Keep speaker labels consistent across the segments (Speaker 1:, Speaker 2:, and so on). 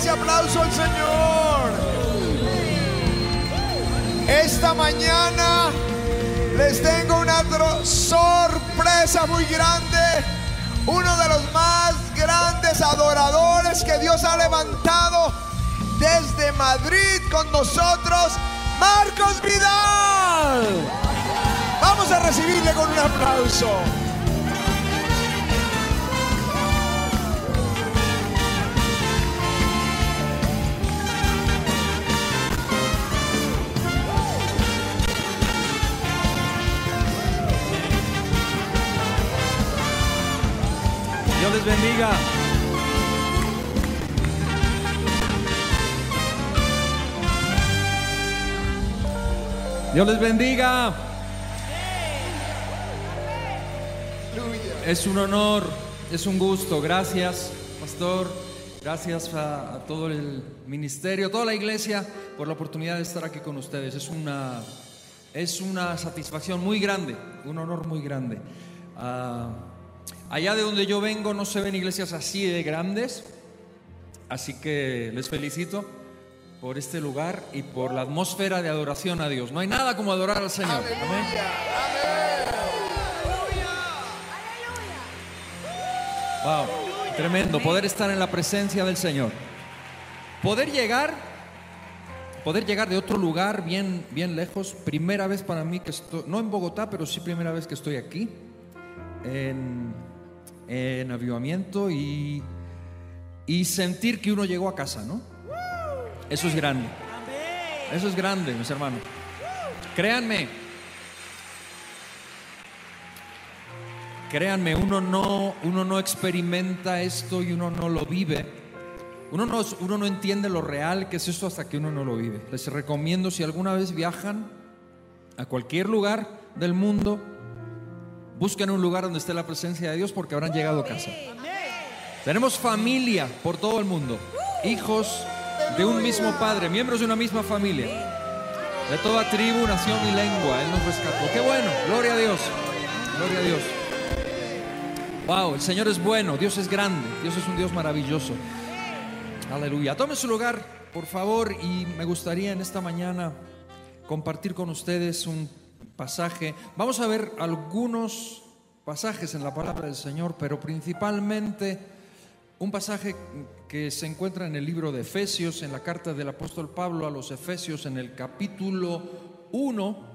Speaker 1: ese aplauso al Señor. Esta mañana les tengo una sorpresa muy grande. Uno de los más grandes adoradores que Dios ha levantado desde Madrid con nosotros, Marcos Vidal. Vamos a recibirle con un aplauso.
Speaker 2: Dios les bendiga. Dios les bendiga. Es un honor, es un gusto. Gracias, pastor. Gracias a todo el ministerio, a toda la iglesia por la oportunidad de estar aquí con ustedes. Es una satisfacción muy grande, un honor muy grande. Allá de donde yo vengo no se ven iglesias así de grandes, así que les felicito por este lugar y por la atmósfera de adoración a Dios. No hay nada como adorar al Señor. Amén. Wow, tremendo poder estar en la presencia del Señor. Poder llegar de otro lugar bien lejos. Primera vez para mí que estoy, no en Bogotá, pero sí primera vez que estoy aquí en Avivamiento y sentir que uno llegó a casa, ¿no? Eso es grande. Eso es grande, mis hermanos. Créanme, uno no experimenta esto y uno no lo vive. Uno no entiende lo real que es esto hasta que uno no lo vive. Les recomiendo, si alguna vez viajan a cualquier lugar del mundo, busquen un lugar donde esté la presencia de Dios, porque habrán llegado a casa. Tenemos familia por todo el mundo, hijos de un mismo padre, miembros de una misma familia, de toda tribu, nación y lengua. Él nos rescató. ¡Qué bueno! Gloria a Dios. Gloria a Dios. Wow, el Señor es bueno, Dios es grande, Dios es un Dios maravilloso. Aleluya. Tomen su lugar, por favor, y me gustaría en esta mañana compartir con ustedes un pasaje. Vamos a ver algunos pasajes en la palabra del Señor, pero principalmente un pasaje que se encuentra en el libro de Efesios, en la carta del apóstol Pablo a los Efesios, en el capítulo 1.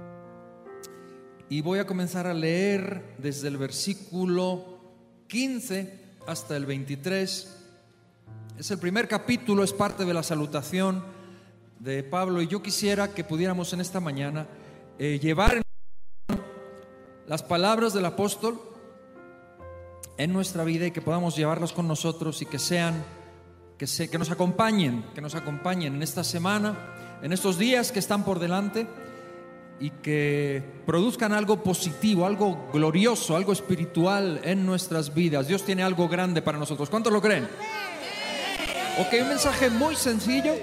Speaker 2: Y voy a comenzar a leer desde el versículo 15 hasta el 23. Es el primer capítulo, es parte de la salutación de Pablo. Y yo quisiera que pudiéramos en esta mañana llevar las palabras del apóstol en nuestra vida y que podamos llevarlas con nosotros y que nos acompañen en esta semana, en estos días que están por delante, y que produzcan algo positivo, algo glorioso, algo espiritual en nuestras vidas. Dios tiene algo grande para nosotros. ¿Cuántos lo creen? Ok, un mensaje muy sencillo.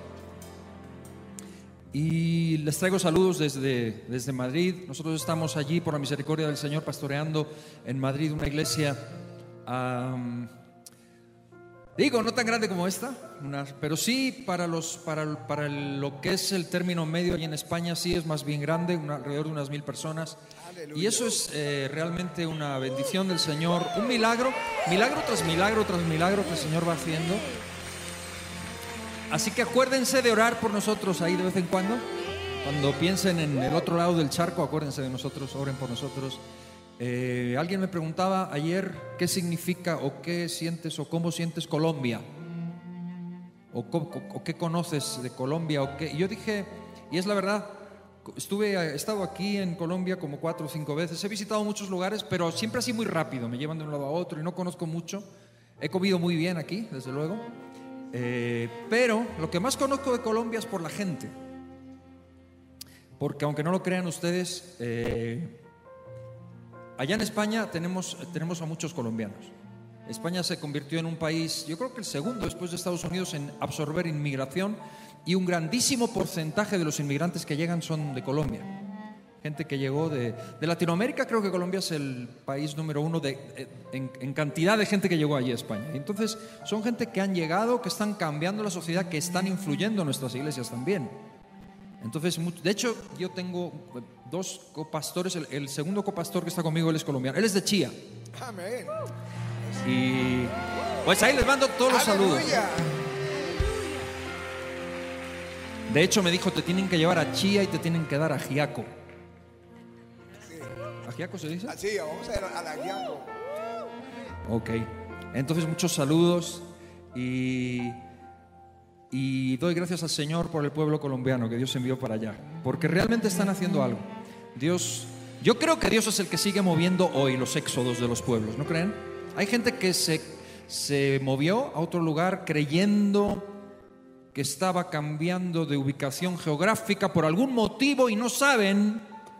Speaker 2: Y les traigo saludos desde Madrid. Nosotros estamos allí por la misericordia del Señor pastoreando en Madrid una iglesia, no tan grande como esta, pero sí para lo que es el término medio allí en España, sí es más bien grande, alrededor de unas 1000 personas. Aleluya. Y eso es realmente una bendición del Señor, un milagro tras milagro tras milagro que el Señor va haciendo. Así que acuérdense de orar por nosotros ahí de vez en cuando. Cuando piensen en el otro lado del charco, acuérdense de nosotros, oren por nosotros. Alguien me preguntaba ayer qué significa o qué sientes o cómo sientes Colombia, o qué conoces de Colombia, y yo dije, y es la verdad, he estado aquí en Colombia como 4 o 5 veces, he visitado muchos lugares, pero siempre así muy rápido, me llevan de un lado a otro y no conozco mucho. He comido muy bien aquí, desde luego, pero lo que más conozco de Colombia es por la gente, porque aunque no lo crean ustedes, allá en España tenemos a muchos colombianos. España se convirtió en un país, yo creo que el segundo después de Estados Unidos, en absorber inmigración, y un grandísimo porcentaje de los inmigrantes que llegan son de Colombia. gente que llegó de Latinoamérica. Creo que Colombia es el país número 1 en cantidad de gente que llegó allí a España. Entonces son gente que han llegado, que están cambiando la sociedad, que están influyendo en nuestras iglesias también. Entonces, de hecho, yo tengo 2 copastores. El segundo copastor que está conmigo, él es colombiano, él es de Chía.
Speaker 1: Amén.
Speaker 2: Y pues ahí les mando todos los saludos. De hecho, me dijo, te tienen que llevar a Chía y te tienen que dar a Ajiaco. ¿Ajiaco se dice?
Speaker 1: Sí, vamos a ir a la Ajiaco.
Speaker 2: Ok. Entonces, muchos saludos y doy gracias al Señor por el pueblo colombiano que Dios envió para allá, porque realmente están haciendo algo. Yo creo que Dios es el que sigue moviendo hoy los éxodos de los pueblos, ¿no creen? Hay gente que se movió a otro lugar creyendo que estaba cambiando de ubicación geográfica por algún motivo y no saben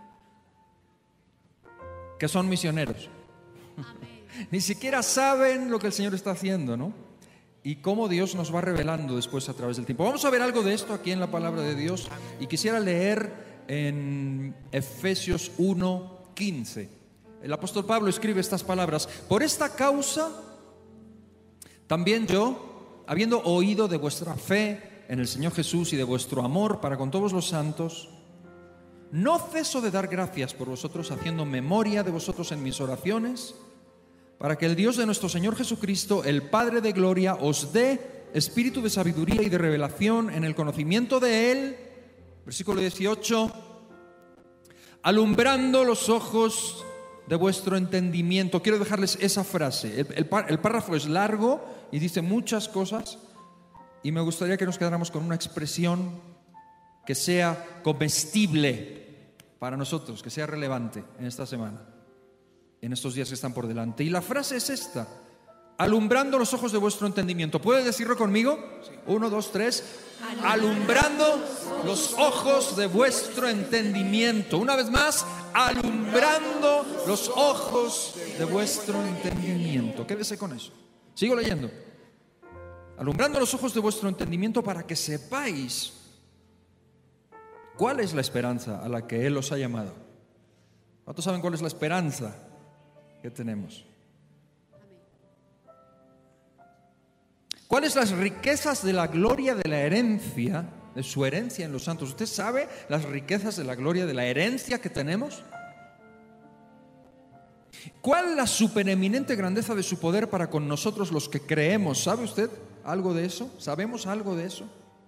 Speaker 2: que son misioneros. Ni siquiera saben lo que el Señor está haciendo, ¿no? Y cómo Dios nos va revelando después a través del tiempo. Vamos a ver algo de esto aquí en la palabra de Dios. Y quisiera leer en Efesios 1:15. El apóstol Pablo escribe estas palabras: por esta causa también yo, habiendo oído de vuestra fe en el Señor Jesús y de vuestro amor para con todos los santos, no ceso de dar gracias por vosotros, haciendo memoria de vosotros en mis oraciones, para que el Dios de nuestro Señor Jesucristo, el Padre de gloria, os dé espíritu de sabiduría y de revelación en el conocimiento de Él. Versículo 18: alumbrando los ojos de vuestro entendimiento. Quiero dejarles esa frase. El párrafo es largo y dice muchas cosas, y me gustaría que nos quedáramos con una expresión que sea comestible para nosotros, que sea relevante en esta semana, en estos días que están por delante. Y la frase es esta: alumbrando los ojos de vuestro entendimiento. ¿Puedes decirlo conmigo? 1, 2, 3. Alumbrando los ojos de vuestro entendimiento. Una vez más, alumbrando los ojos de vuestro entendimiento. Quédese con eso. Sigo leyendo. Alumbrando los ojos de vuestro entendimiento, para que sepáis cuál es la esperanza a la que Él os ha llamado. ¿Cuántos saben cuál es la esperanza que tenemos? ¿Cuáles las riquezas de la gloria de la herencia, de su herencia en los santos? ¿Usted sabe las riquezas de la gloria de la herencia que tenemos? ¿Cuál la supereminente grandeza de su poder para con nosotros los que creemos? ¿Sabe usted algo de eso? ¿Sabemos algo de eso?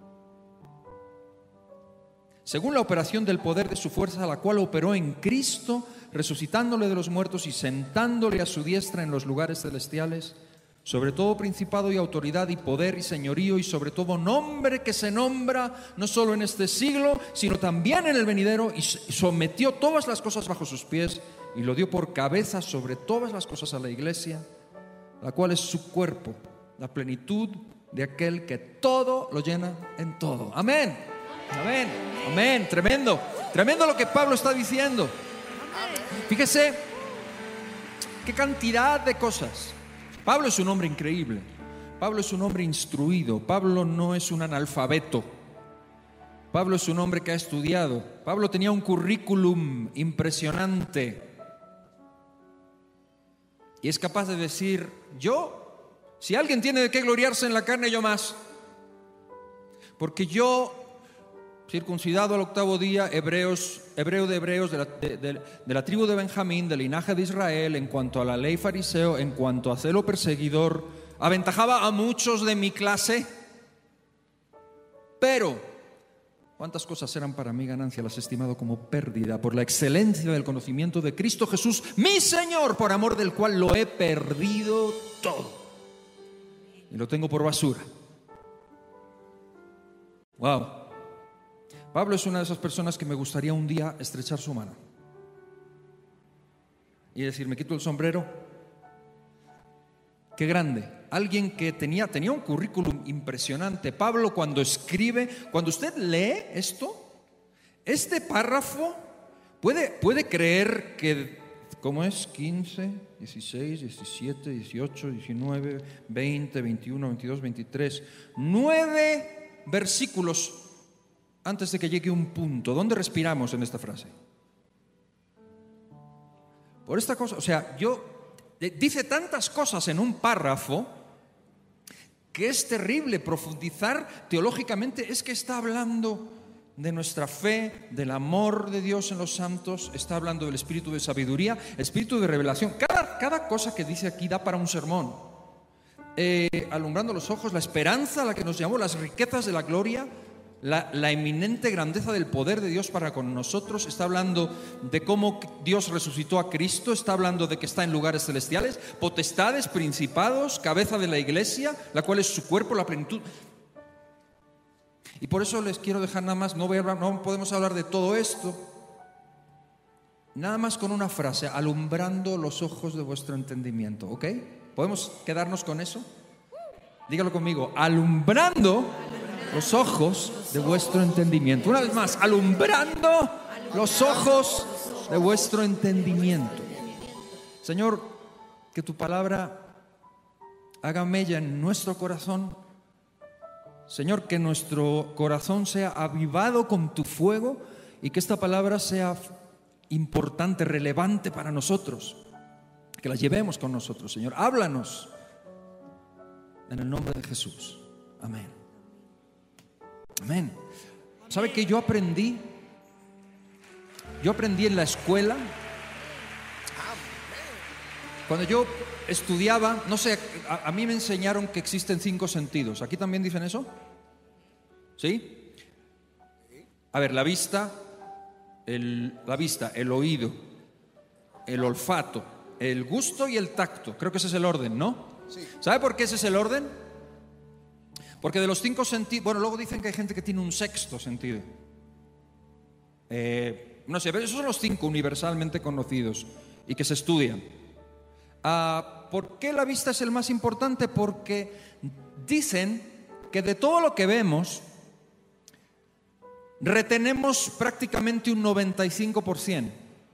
Speaker 2: Según la operación del poder de su fuerza, la cual operó en Cristo, resucitándole de los muertos y sentándole a su diestra en los lugares celestiales, sobre todo principado y autoridad y poder y señorío y sobre todo nombre que se nombra no solo en este siglo, sino también en el venidero, y sometió todas las cosas bajo sus pies y lo dio por cabeza sobre todas las cosas a la iglesia, la cual es su cuerpo, la plenitud de aquel que todo lo llena en todo. Amén. Amén. Amén. Tremendo. Tremendo lo que Pablo está diciendo. Fíjese qué cantidad de cosas. Pablo es un hombre increíble. Pablo es un hombre instruido. Pablo no es un analfabeto. Pablo es un hombre que ha estudiado. Pablo tenía un currículum impresionante. Y es capaz de decir: si alguien tiene de qué gloriarse en la carne, yo más. Porque yo, circuncidado al 8º día, hebreo de hebreos, de la tribu de Benjamín, del linaje de Israel, en cuanto a la ley fariseo, en cuanto a celo perseguidor, aventajaba a muchos de mi clase. Pero cuántas cosas eran para mí ganancia, las he estimado como pérdida por la excelencia del conocimiento de Cristo Jesús, mi Señor, por amor del cual lo he perdido todo y lo tengo por basura. Wow. Pablo es una de esas personas que me gustaría un día estrechar su mano y decir: me quito el sombrero. Qué grande. Alguien que tenía un currículum impresionante. Pablo, cuando escribe, cuando usted lee este párrafo, puede creer que, ¿cómo es? 15, 16, 17, 18, 19, 20, 21, 22, 23, 9 versículos antes de que llegue un punto. ¿Dónde respiramos en esta frase? por esta cosa. O sea, dice tantas cosas en un párrafo que es terrible profundizar teológicamente. Es que está hablando de nuestra fe, del amor de Dios en los santos, está hablando del espíritu de sabiduría, espíritu de revelación. Cada cosa que dice aquí da para un sermón. Alumbrando los ojos, la esperanza a la que nos llamó, las riquezas de la gloria, la eminente grandeza del poder de Dios para con nosotros. Está hablando de cómo Dios resucitó a Cristo, está hablando de que está en lugares celestiales, potestades, principados, cabeza de la iglesia, la cual es su cuerpo, la plenitud. Y por eso les quiero dejar nada más, no podemos hablar de todo esto, nada más con una frase: alumbrando los ojos de vuestro entendimiento, ¿ok? ¿Podemos quedarnos con eso? Dígalo conmigo: alumbrando los ojos de vuestro entendimiento. Una vez más: alumbrando los ojos de vuestro entendimiento. Señor, que tu palabra haga mella en nuestro corazón. Señor, que nuestro corazón sea avivado con tu fuego y que esta palabra sea importante, relevante para nosotros, que la llevemos con nosotros. Señor, háblanos en el nombre de Jesús. Amén. Amén. ¿Sabe que yo aprendí en la escuela? Cuando yo estudiaba, no sé, a mí me enseñaron que existen 5 sentidos. ¿Aquí también dicen eso? ¿Sí? A ver, la vista, el oído, el olfato, el gusto y el tacto. Creo que ese es el orden, ¿no?
Speaker 1: Sí.
Speaker 2: ¿Sabe por qué ese es el orden? Porque de los 5 sentidos, bueno, luego dicen que hay gente que tiene un 6º sentido. No sé, pero esos son los 5 universalmente conocidos y que se estudian. ¿Por qué la vista es el más importante? Porque dicen que de todo lo que vemos retenemos prácticamente un 95%.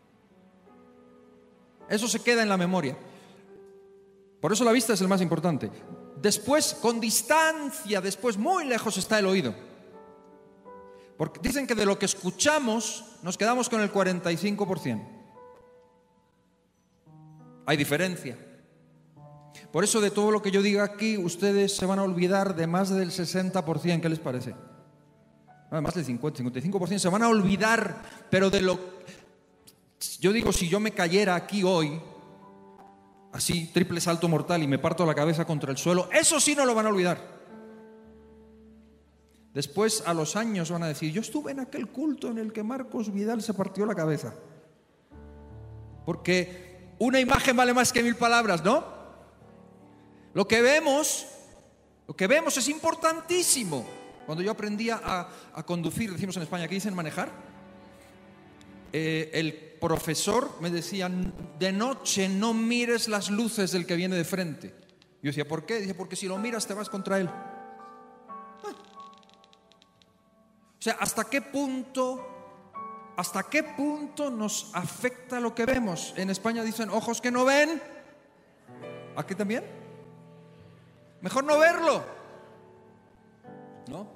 Speaker 2: Eso se queda en la memoria. Por eso la vista es el más importante. Después, con distancia, después muy lejos está el oído. Porque dicen que de lo que escuchamos nos quedamos con el 45%. Hay diferencia. Por eso de todo lo que yo diga aquí, ustedes se van a olvidar de más del 60%. ¿Qué les parece? Más del 55% se van a olvidar. Pero de lo... Yo digo, si yo me cayera aquí hoy, así, triple salto mortal, y me parto la cabeza contra el suelo, eso sí no lo van a olvidar. Después, a los años, van a decir: yo estuve en aquel culto en el que Marcos Vidal se partió la cabeza. Porque una imagen vale más que 1000 palabras, ¿no? Lo que vemos es importantísimo. Cuando yo aprendía a conducir, decimos en España, ¿qué dicen manejar? El profesor me decía: de noche no mires las luces del que viene de frente. Yo decía: ¿por qué? Dice: porque si lo miras te vas contra él. O sea, ¿hasta qué punto nos afecta lo que vemos? En España dicen: ojos que no ven. ¿Aquí también? Mejor no verlo, ¿no?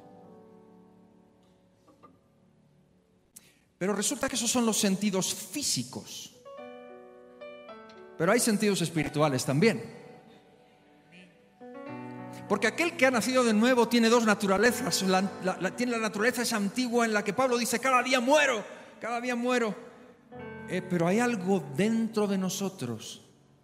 Speaker 2: Pero resulta que esos son los sentidos físicos. Pero hay sentidos espirituales también. Porque aquel que ha nacido de nuevo tiene 2 naturalezas. Tiene la naturaleza esa antigua en la que Pablo dice: cada día muero. Pero hay algo dentro de nosotros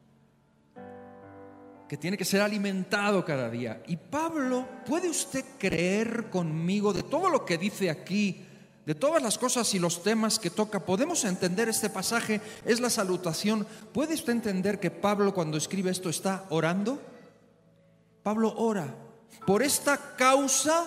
Speaker 2: que tiene que ser alimentado cada día. Y Pablo, ¿puede usted creer conmigo de todo lo que dice aquí, de todas las cosas y los temas que toca? ¿Podemos entender este pasaje? Es la salutación. ¿Puede usted entender que Pablo, cuando escribe esto, está orando? Pablo ora: por esta causa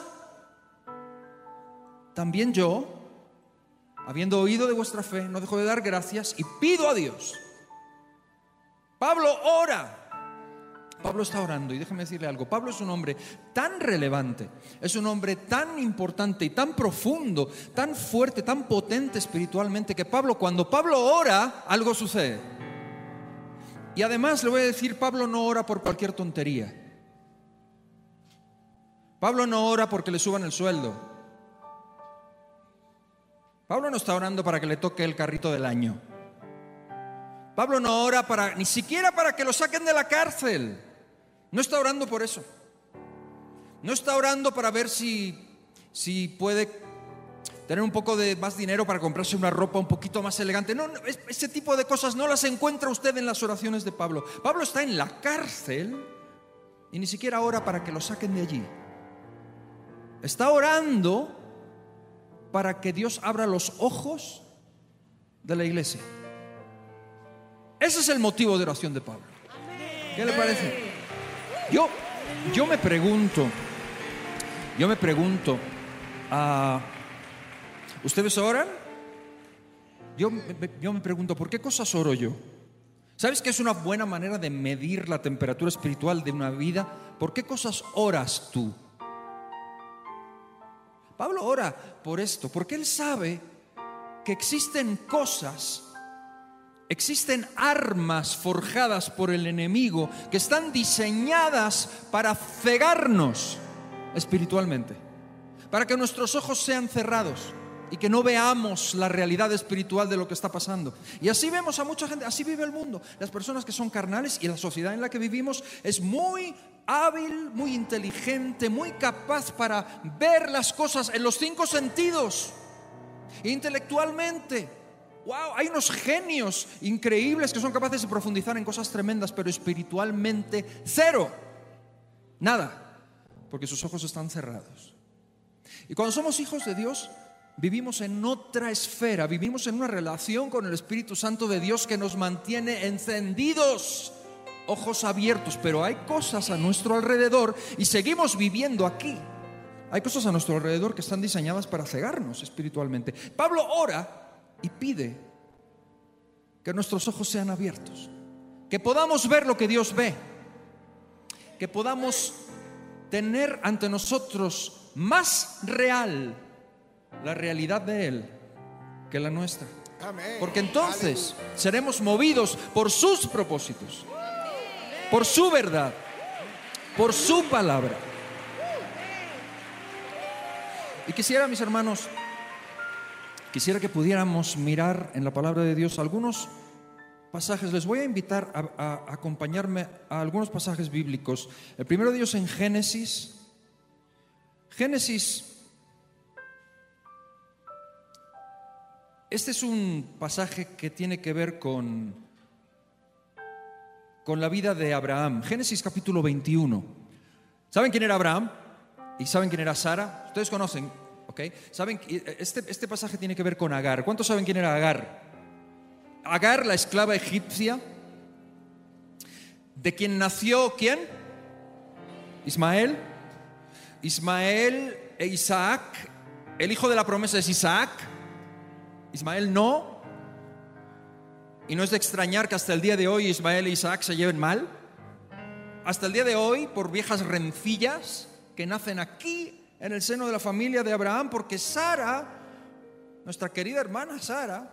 Speaker 2: también yo, habiendo oído de vuestra fe, no dejo de dar gracias y pido a Dios. Pablo ora. Pablo está orando, y déjeme decirle algo: Pablo es un hombre tan relevante, es un hombre tan importante y tan profundo, tan fuerte, tan potente espiritualmente, que cuando Pablo ora, algo sucede. Y además le voy a decir, Pablo no ora por cualquier tontería. Pablo no ora porque le suban el sueldo. Pablo no está orando para que le toque el carrito del año. Pablo no ora ni siquiera para que lo saquen de la cárcel. No está orando por eso. No está orando para ver si puede tener un poco de más dinero para comprarse una ropa un poquito más elegante. No, ese tipo de cosas no las encuentra usted en las oraciones de Pablo. Pablo está en la cárcel y ni siquiera ora para que lo saquen de allí. Está orando para que Dios abra los ojos de la iglesia. Ese es el motivo de oración de Pablo. ¿Qué le parece? Yo me pregunto, ¿ustedes oran? Yo me pregunto, ¿por qué cosas oro yo? ¿Sabes qué es una buena manera de medir la temperatura espiritual de una vida? ¿Por qué cosas oras tú? Pablo ora por esto, porque él sabe que existen armas forjadas por el enemigo que están diseñadas para cegarnos espiritualmente, para que nuestros ojos sean cerrados y que no veamos la realidad espiritual de lo que está pasando. Y así vemos a mucha gente, así vive el mundo. Las personas que son carnales y la sociedad en la que vivimos es muy hábil, muy inteligente, muy capaz para ver las cosas en los 5 sentidos, intelectualmente. Wow, hay unos genios increíbles que son capaces de profundizar en cosas tremendas, pero espiritualmente cero, nada, porque sus ojos están cerrados. Y cuando somos hijos de Dios, vivimos en otra esfera, vivimos en una relación con el Espíritu Santo de Dios que nos mantiene encendidos, ojos abiertos, pero hay cosas a nuestro alrededor y seguimos viviendo aquí. Hay cosas a nuestro alrededor que están diseñadas para cegarnos espiritualmente. Pablo ora y pide que nuestros ojos sean abiertos, que podamos ver lo que Dios ve, que podamos tener ante nosotros más real la realidad de Él que la nuestra. Porque entonces seremos movidos por sus propósitos, por su verdad, por su palabra. Y quisiera, mis hermanos, que pudiéramos mirar en la palabra de Dios algunos pasajes. Les voy a invitar a acompañarme a algunos pasajes bíblicos. El primero de ellos en Génesis. Este es un pasaje que tiene que ver con la vida de Abraham. Génesis capítulo 21. ¿Saben quién era Abraham? ¿Y saben quién era Sara? Ustedes conocen, ¿ok? ¿Saben? Este pasaje tiene que ver con Agar. ¿Cuántos saben quién era Agar? Agar, la esclava egipcia, de quien nació ¿quién? Ismael e Isaac. El hijo de la promesa es Isaac. Ismael no. Y no es de extrañar que hasta el día de hoy Ismael e Isaac se lleven mal. Hasta el día de hoy, por viejas rencillas que nacen aquí en el seno de la familia de Abraham, porque Sara, nuestra querida hermana Sara,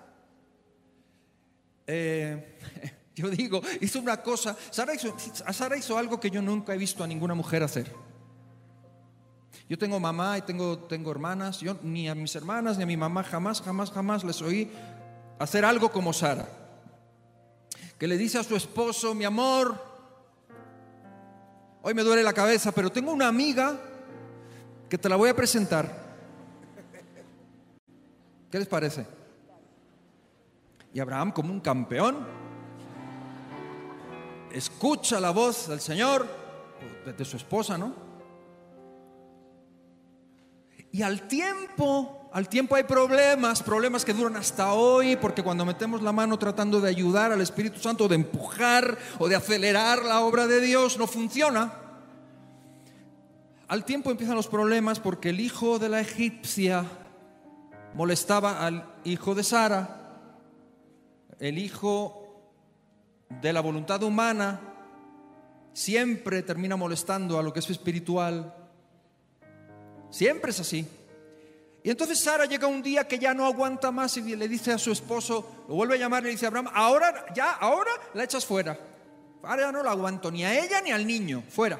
Speaker 2: hizo una cosa. Sara hizo algo que yo nunca he visto a ninguna mujer hacer. Yo tengo mamá y tengo hermanas. Yo ni a mis hermanas ni a mi mamá jamás les oí hacer algo como Sara, que le dice a su esposo: mi amor, hoy me duele la cabeza, pero tengo una amiga que te la voy a presentar. ¿Qué les parece? Y Abraham, como un campeón, escucha la voz del Señor, de su esposa, ¿no? Y al tiempo hay problemas que duran hasta hoy, porque cuando metemos la mano tratando de ayudar al Espíritu Santo, de empujar o de acelerar la obra de Dios, no funciona. Al tiempo empiezan los problemas porque el hijo de la egipcia molestaba al hijo de Sara. El hijo de la voluntad humana siempre termina molestando a lo que es espiritual. Siempre es así. Y entonces Sara llega un día que ya no aguanta más y le dice a su esposo, lo vuelve a llamar y le dice a Abraham: ahora la echas fuera. Ahora ya no la aguanto, ni a ella ni al niño, fuera.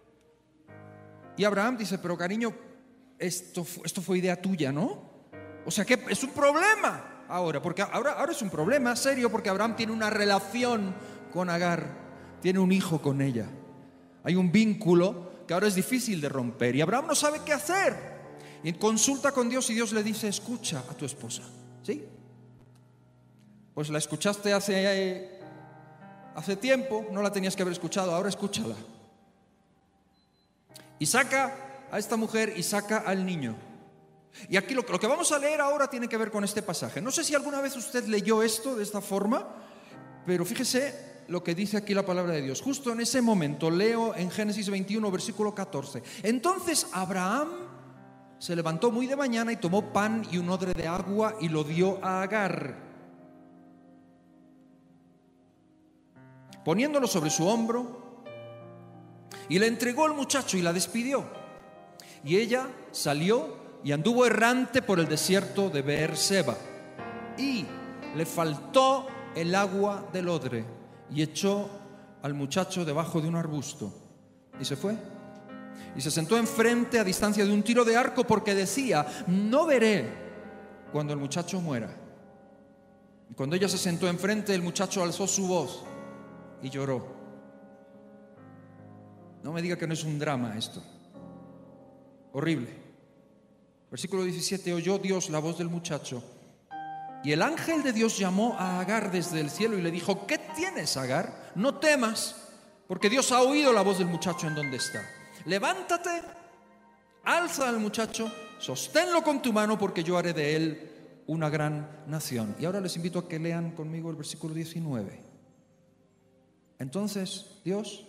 Speaker 2: Y Abraham dice: pero cariño, esto fue idea tuya, ¿no? O sea que es un problema. ahora? Porque ahora es un problema serio, porque Abraham tiene una relación con Agar, tiene un hijo con ella. Hay un vínculo que ahora es difícil de romper y Abraham no sabe qué hacer. Y consulta con Dios y Dios le dice: escucha a tu esposa. ¿Sí? Pues la escuchaste hace tiempo, no la tenías que haber escuchado, ahora escúchala. Y saca a esta mujer y saca al niño. Y aquí lo que vamos a leer ahora tiene que ver con este pasaje. No sé si alguna vez usted leyó esto de esta forma, pero fíjese lo que dice aquí la palabra de Dios. Justo en ese momento leo en Génesis 21, versículo 14. Entonces Abraham se levantó muy de mañana y tomó pan y un odre de agua y lo dio a Agar, poniéndolo sobre su hombro, y le entregó al muchacho y la despidió. Y ella salió y anduvo errante por el desierto de Beerseba, y le faltó el agua del odre, y echó al muchacho debajo de un arbusto y se fue. Y se sentó enfrente a distancia de un tiro de arco, porque decía: no veré cuando el muchacho muera. Y cuando ella se sentó enfrente, el muchacho alzó su voz y lloró. No me diga que no es un drama esto. Horrible. Versículo 17: oyó Dios la voz del muchacho, y el ángel de Dios llamó a Agar desde el cielo y le dijo: ¿qué tienes, Agar? No temas, porque Dios ha oído la voz del muchacho en donde está. Levántate, alza al muchacho, sosténlo con tu mano, porque yo haré de él una gran nación. Y ahora les invito a que lean conmigo el versículo 19. Entonces Dios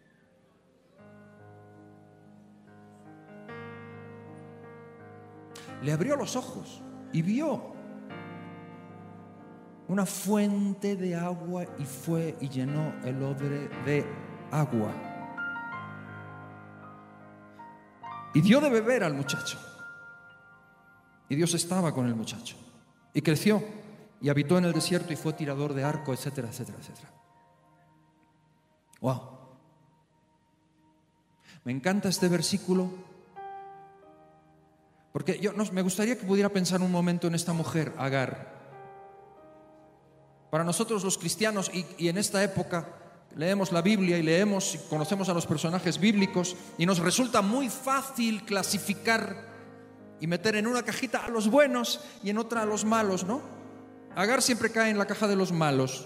Speaker 2: le abrió los ojos y vio una fuente de agua, y fue y llenó el odre de agua y dio de beber al muchacho. Y Dios estaba con el muchacho, y creció y habitó en el desierto y fue tirador de arco, etcétera, etcétera, etcétera. Wow. Me encanta este versículo, porque me gustaría que pudiera pensar un momento en esta mujer, Agar. Para nosotros los cristianos, y en esta época leemos la Biblia y leemos y conocemos a los personajes bíblicos, y nos resulta muy fácil clasificar y meter en una cajita a los buenos y en otra a los malos, ¿no? Agar siempre cae en la caja de los malos.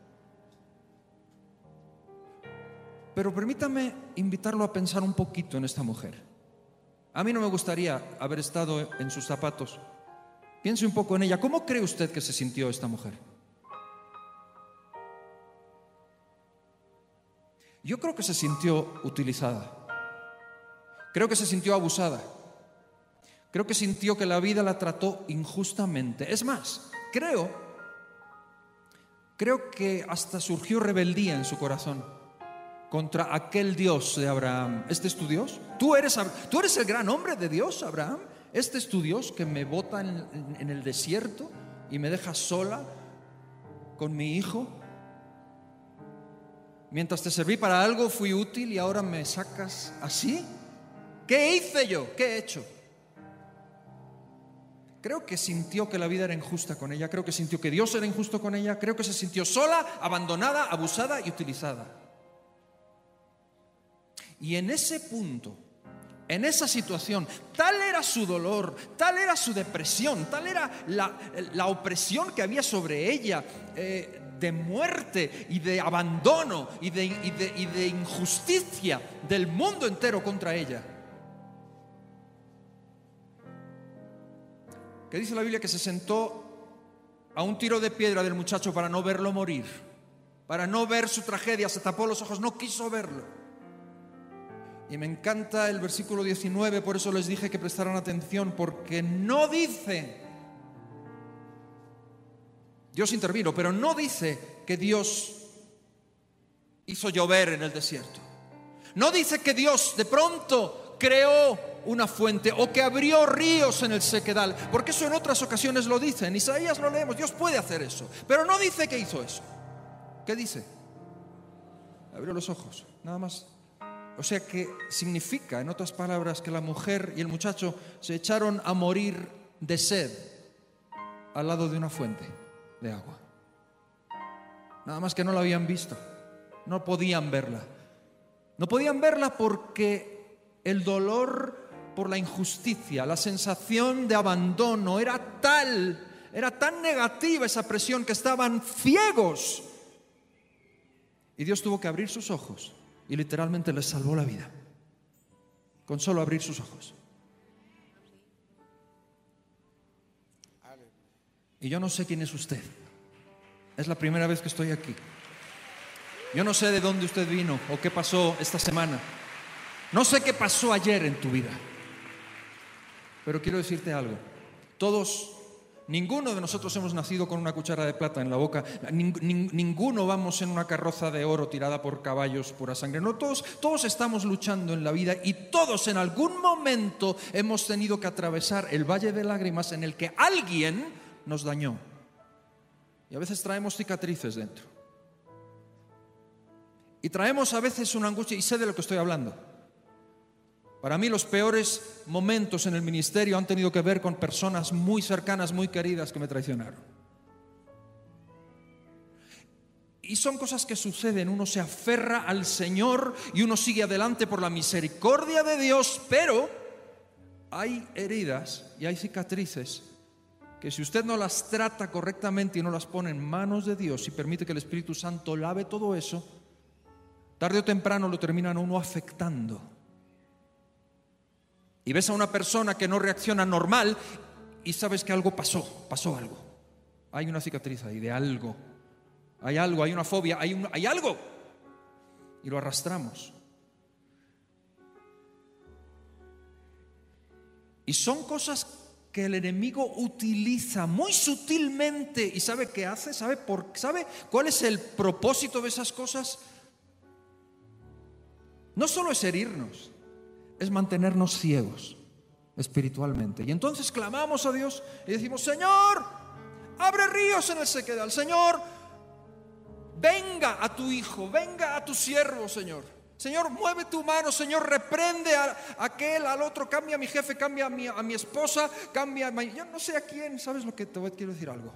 Speaker 2: Pero permítame invitarlo a pensar un poquito en esta mujer. A mí no me gustaría haber estado en sus zapatos. Piense un poco en ella. ¿Cómo cree usted que se sintió esta mujer? Yo creo que se sintió utilizada. Creo que se sintió abusada. Creo que sintió que la vida la trató injustamente. Es más, creo que hasta surgió rebeldía en su corazón contra aquel Dios de Abraham. ¿Este es tu Dios? ¿Tú eres el gran hombre de Dios, Abraham? ¿Este es tu Dios que me bota en el desierto y me deja sola con mi hijo? Mientras te serví para algo fui útil y ahora me sacas así. ¿Qué hice yo? ¿Qué he hecho? Creo que sintió que la vida era injusta con ella. Creo que sintió que Dios era injusto con ella. Creo que se sintió sola, abandonada, abusada y utilizada. Y en ese punto, en esa situación, tal era su dolor, tal era su depresión, tal era la opresión que había sobre ella, de muerte y de abandono y de injusticia del mundo entero contra ella, que dice la Biblia que se sentó a un tiro de piedra del muchacho para no verlo morir, para no ver su tragedia. Se tapó los ojos, no quiso verlo. Y me encanta el versículo 19, por eso les dije que prestaran atención, porque no dice, Dios intervino, pero no dice que Dios hizo llover en el desierto. No dice que Dios de pronto creó una fuente o que abrió ríos en el sequedal, porque eso en otras ocasiones lo dice. En Isaías lo leemos, Dios puede hacer eso, pero no dice que hizo eso. ¿Qué dice? Abrió los ojos, nada más. O sea que significa, en otras palabras, que la mujer y el muchacho se echaron a morir de sed al lado de una fuente de agua. Nada más que no la habían visto. No podían verla. No podían verla porque el dolor por la injusticia, la sensación de abandono era tan negativa esa presión que estaban ciegos. Y Dios tuvo que abrir sus ojos y literalmente les salvó la vida. Con solo abrir sus ojos. Y yo no sé quién es usted. Es la primera vez que estoy aquí. Yo no sé de dónde usted vino o qué pasó esta semana. No sé qué pasó ayer en tu vida. Pero quiero decirte algo. Ninguno de nosotros hemos nacido con una cuchara de plata en la boca. Ninguno vamos en una carroza de oro tirada por caballos pura sangre. No, todos estamos luchando en la vida y todos en algún momento hemos tenido que atravesar el valle de lágrimas en el que alguien nos dañó. Y a veces traemos cicatrices dentro. Y traemos a veces una angustia, y sé de lo que estoy hablando. Para mí los peores momentos en el ministerio han tenido que ver con personas muy cercanas, muy queridas que me traicionaron. Y son cosas que suceden, uno se aferra al Señor y uno sigue adelante por la misericordia de Dios, pero hay heridas y hay cicatrices que si usted no las trata correctamente y no las pone en manos de Dios y permite que el Espíritu Santo lave todo eso, tarde o temprano lo terminan a uno afectando. Y ves a una persona que no reacciona normal y sabes que algo pasó algo. Hay una cicatriz ahí de algo. Hay algo, hay una fobia, hay algo. Y lo arrastramos. Y son cosas que el enemigo utiliza muy sutilmente. ¿Y sabe qué hace? ¿Sabe cuál es el propósito de esas cosas? No solo es herirnos, es mantenernos ciegos espiritualmente. Y entonces clamamos a Dios y decimos: Señor, abre ríos en el sequedal. Señor, venga a tu hijo, venga a tu siervo, Señor. Señor, mueve tu mano. Señor, reprende a aquel, al otro. Cambia a mi jefe, cambia a mi esposa, cambia yo no sé a quién. ¿Sabes lo que quiero decir algo?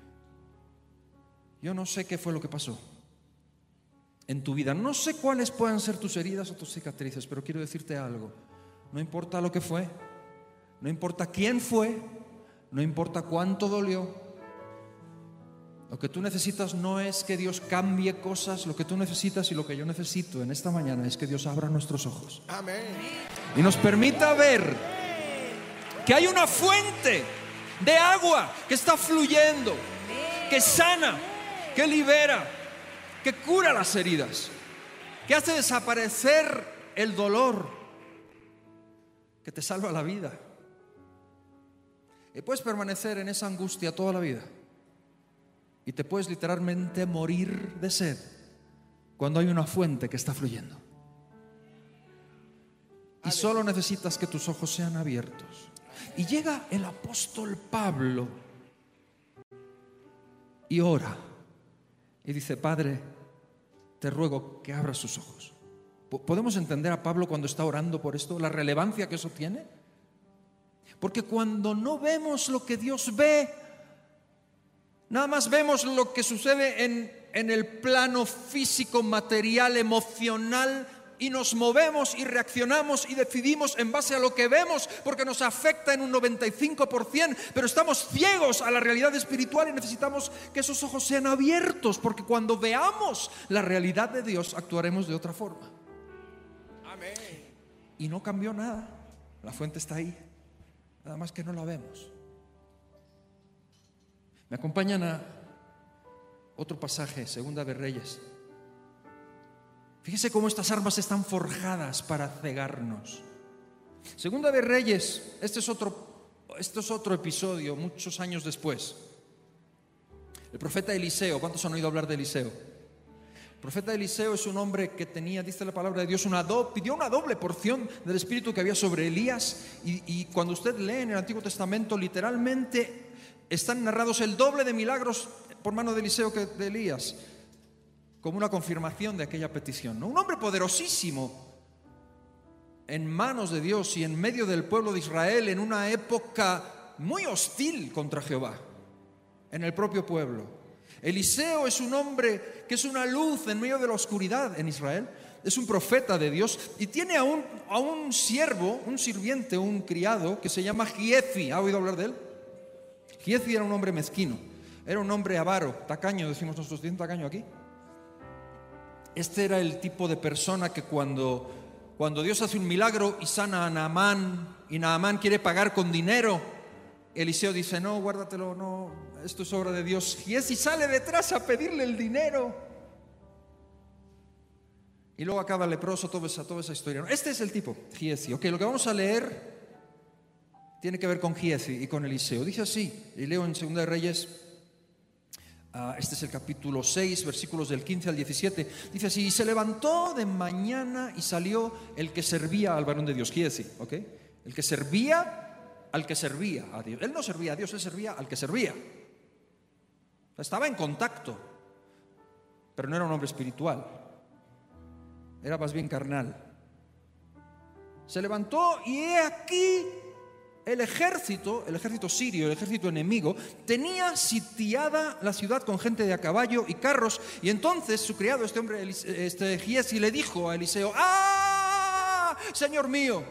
Speaker 2: Yo no sé qué fue lo que pasó en tu vida. No sé cuáles puedan ser tus heridas o tus cicatrices, pero quiero decirte algo. No importa lo que fue, no importa quién fue, no importa cuánto dolió. Lo que tú necesitas no es que Dios cambie cosas. Lo que tú necesitas y lo que yo necesito en esta mañana es que Dios abra nuestros ojos.
Speaker 1: Amén.
Speaker 2: Y nos permita ver que hay una fuente de agua que está fluyendo, que sana, que libera, que cura las heridas, que hace desaparecer el dolor, que te salva la vida. Y puedes permanecer en esa angustia toda la vida. Y te puedes literalmente morir de sed cuando hay una fuente que está fluyendo. Y solo necesitas que tus ojos sean abiertos. Y llega el apóstol Pablo y ora. Y dice: Padre, te ruego que abras sus ojos. ¿Podemos entender a Pablo cuando está orando por esto? La relevancia que eso tiene. Porque cuando no vemos lo que Dios ve, nada más vemos lo que sucede en el plano físico, material, emocional, y nos movemos y reaccionamos y decidimos en base a lo que vemos, porque nos afecta en un 95%, pero estamos ciegos a la realidad espiritual y necesitamos que esos ojos sean abiertos, porque cuando veamos la realidad de Dios actuaremos de otra forma.
Speaker 1: Amén.
Speaker 2: Y no cambió nada, la fuente está ahí, nada más que no la vemos. Me acompañan a otro pasaje, Segunda de Reyes. Fíjese cómo estas armas están forjadas para cegarnos. Segunda de Reyes, este es otro episodio, muchos años después. El profeta Eliseo, ¿cuántos han oído hablar de Eliseo? El profeta Eliseo es un hombre que tenía, dice la palabra de Dios, pidió una doble porción del espíritu que había sobre Elías. Y cuando usted lee en el Antiguo Testamento, literalmente están narrados el doble de milagros por mano de Eliseo que de Elías, como una confirmación de aquella petición, ¿no? Un hombre poderosísimo en manos de Dios y en medio del pueblo de Israel en una época muy hostil contra Jehová. en el propio pueblo. Eliseo es un hombre que es una luz en medio de la oscuridad en Israel. Es un profeta de Dios y tiene a un siervo, un sirviente, un criado que se llama Giezi. ¿Ha oído hablar de él? Giezi era un hombre mezquino, era un hombre avaro, tacaño, decimos nosotros, ¿tiene tacaño aquí? Este era el tipo de persona que cuando Dios hace un milagro y sana a Naamán, y Naamán quiere pagar con dinero, Eliseo dice, no, guárdatelo, no, esto es obra de Dios. Giezi sale detrás a pedirle el dinero. Y luego acaba leproso, toda esa historia. Este es el tipo, Giezi. Ok, lo que vamos a leer tiene que ver con Giezi y con Eliseo. Dice así, y leo en 2 de Reyes, este es el capítulo 6, versículos del 15 al 17. Dice así, y se levantó de mañana y salió el que servía al varón de Dios, Giezi, ¿ok? El que servía al que servía a Dios. Él no servía a Dios, él servía al que servía. Estaba en contacto, pero no era un hombre espiritual. Era más bien carnal. Se levantó y he aquí el ejército sirio, el ejército enemigo, tenía sitiada la ciudad con gente de a caballo y carros. Y entonces su criado, este hombre, Giezi, le dijo a Eliseo, ¡ah, Señor mío!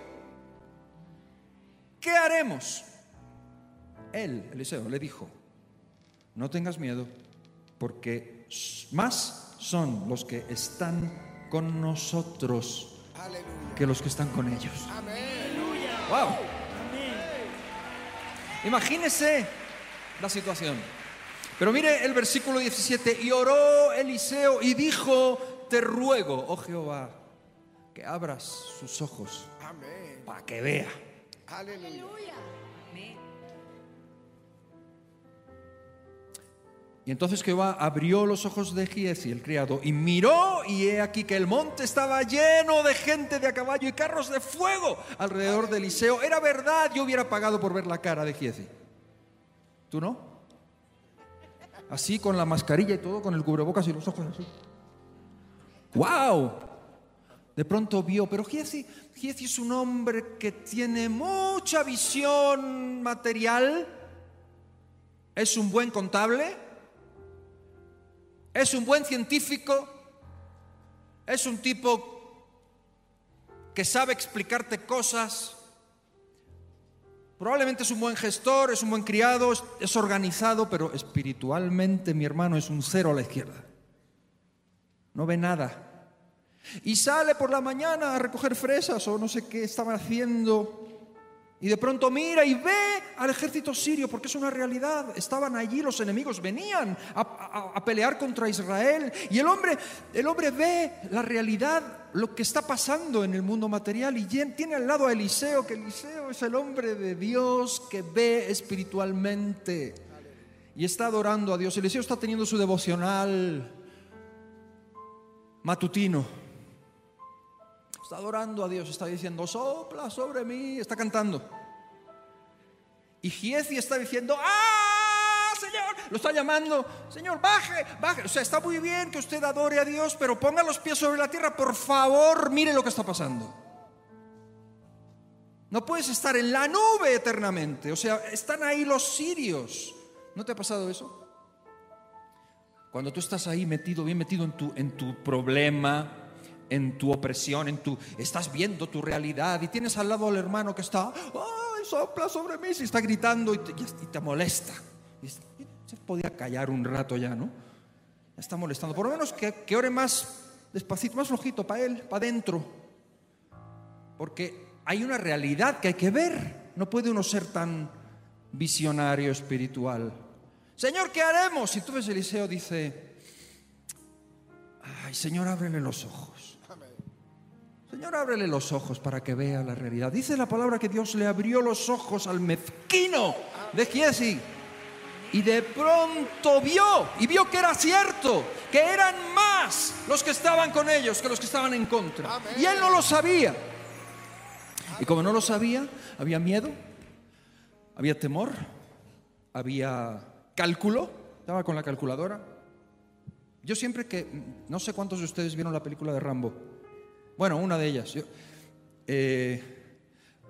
Speaker 2: ¿Qué haremos? Él, Eliseo, le dijo, no tengas miedo, porque más son los que están con nosotros, aleluya, que los que están con ellos. Amén. Wow. Amén. Imagínese la situación. Pero mire el versículo 17. Y oró Eliseo y dijo, te ruego, oh Jehová, que abras sus ojos, amén, para que vea. Aleluya. Y entonces Jehová abrió los ojos de Giezi, el criado, y miró, y he aquí que el monte estaba lleno de gente de a caballo y carros de fuego alrededor de Eliseo. Era verdad, yo hubiera pagado por ver la cara de Giezi. ¿Tú no? Así, con la mascarilla y todo, con el cubrebocas y los ojos así. ¡Wow! De pronto vio, pero Giezi es un hombre que tiene mucha visión material. Es un buen contable. Es un buen científico, es un tipo que sabe explicarte cosas, probablemente es un buen gestor, es un buen criado, es organizado, pero espiritualmente, mi hermano, es un cero a la izquierda. No ve nada. Y sale por la mañana a recoger fresas o no sé qué estaban haciendo. Y de pronto mira y ve al ejército sirio, porque es una realidad. Estaban allí, los enemigos venían a pelear contra Israel. Y el hombre ve la realidad, lo que está pasando en el mundo material. Y tiene al lado a Eliseo, que Eliseo es el hombre de Dios que ve espiritualmente. Y está adorando a Dios. Eliseo está teniendo su devocional matutino. Está adorando a Dios, está diciendo, sopla sobre mí, está cantando. Y Giezi está diciendo, ¡ah, Señor! Lo está llamando, Señor, baje. O sea, está muy bien que usted adore a Dios, pero ponga los pies sobre la tierra, por favor, mire lo que está pasando. No puedes estar en la nube eternamente. O sea, están ahí los sirios. ¿No te ha pasado eso? Cuando tú estás ahí bien metido en tu problema, en tu opresión, estás viendo tu realidad y tienes al lado al hermano que está, ¡ay, sopla sobre mí! Y está gritando y te molesta. Y se podía callar un rato ya, ¿no? Ya está molestando. Por lo menos que ore más despacito, más flojito, para él, para adentro. Porque hay una realidad que hay que ver. No puede uno ser tan visionario espiritual. Señor, ¿qué haremos? Y entonces Eliseo dice, ay, Señor, ábrele los ojos. Señor, ábrele los ojos para que vea la realidad. Dice la palabra que Dios le abrió los ojos al mezquino de Giezi. Y de pronto vio que era cierto, que eran más los que estaban con ellos que los que estaban en contra. Amén. Y él no lo sabía. Y como no lo sabía, había miedo, había temor, había cálculo. Estaba con la calculadora. Yo siempre no sé cuántos de ustedes vieron la película de Rambo. Bueno, una de ellas.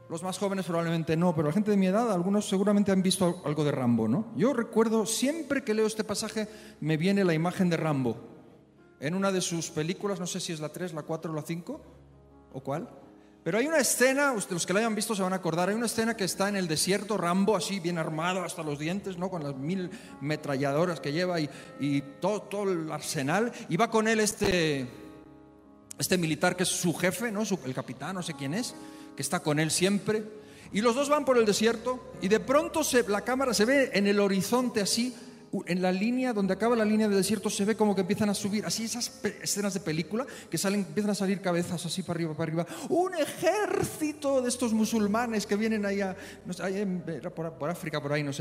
Speaker 2: Los más jóvenes probablemente no, pero la gente de mi edad, algunos seguramente han visto algo de Rambo, ¿no? Yo recuerdo, siempre que leo este pasaje, me viene la imagen de Rambo. En una de sus películas, no sé si es la 3, la 4 o la 5, o cuál. Pero hay una escena, los que la hayan visto se van a acordar, hay una escena que está en el desierto, Rambo así bien armado hasta los dientes, ¿no? Con las 1000 metralladoras que lleva y todo el arsenal. Y va con él este militar que es su jefe, ¿no? El capitán, no sé quién es, que está con él siempre. Y los dos van por el desierto y de pronto la cámara se ve en el horizonte así, en la línea, donde acaba la línea del desierto, se ve como que empiezan a subir, así esas escenas de película, que empiezan a salir cabezas así para arriba. Un ejército de estos musulmanes que vienen allá, no sé, por África, por ahí, no sé,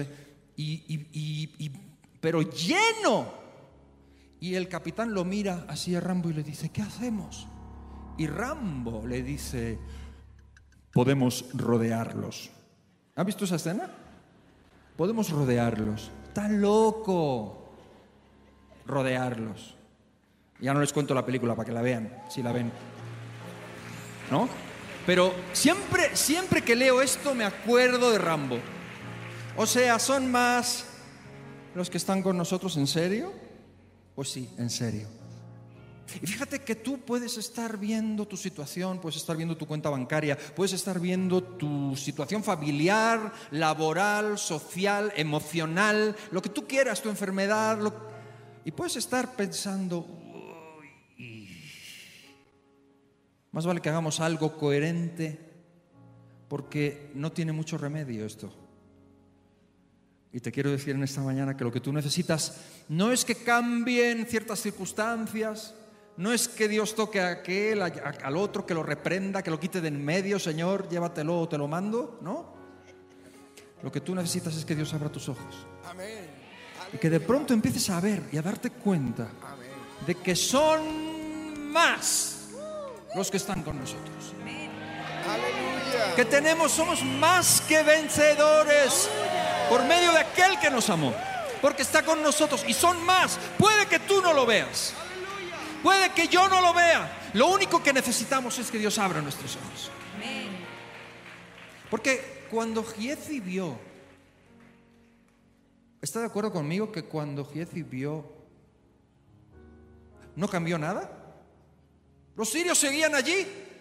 Speaker 2: pero lleno. Y el capitán lo mira así a Rambo y le dice, ¿qué hacemos? Y Rambo le dice, podemos rodearlos. ¿Han visto esa escena? Podemos rodearlos. Está loco rodearlos. Ya no les cuento la película para que la vean, si la ven, ¿no? Pero siempre que leo esto me acuerdo de Rambo. O sea, ¿son más los que están con nosotros en serio? Pues sí, en serio. Y fíjate que tú puedes estar viendo tu situación, puedes estar viendo tu cuenta bancaria, puedes estar viendo tu situación familiar, laboral, social, emocional, lo que tú quieras, tu enfermedad, y puedes estar pensando, más vale que hagamos algo coherente, porque no tiene mucho remedio esto. Y te quiero decir en esta mañana que lo que tú necesitas no es que cambien ciertas circunstancias, no es que Dios toque a aquel, al otro, que lo reprenda, que lo quite de en medio, Señor, llévatelo o te lo mando, ¿no? Lo que tú necesitas es que Dios abra tus ojos.
Speaker 1: Amén.
Speaker 2: Y que de pronto empieces a ver y a darte cuenta de que son más los que están con nosotros.
Speaker 1: Aleluya.
Speaker 2: Que somos más que vencedores por medio de aquel que nos amó, porque está con nosotros y son más. Puede que tú no lo veas, puede que yo no lo vea. Lo único que necesitamos es que Dios abra nuestros ojos. Porque cuando Giezi vio, ¿está de acuerdo conmigo que cuando Giezi vio no cambió nada? Los sirios seguían allí,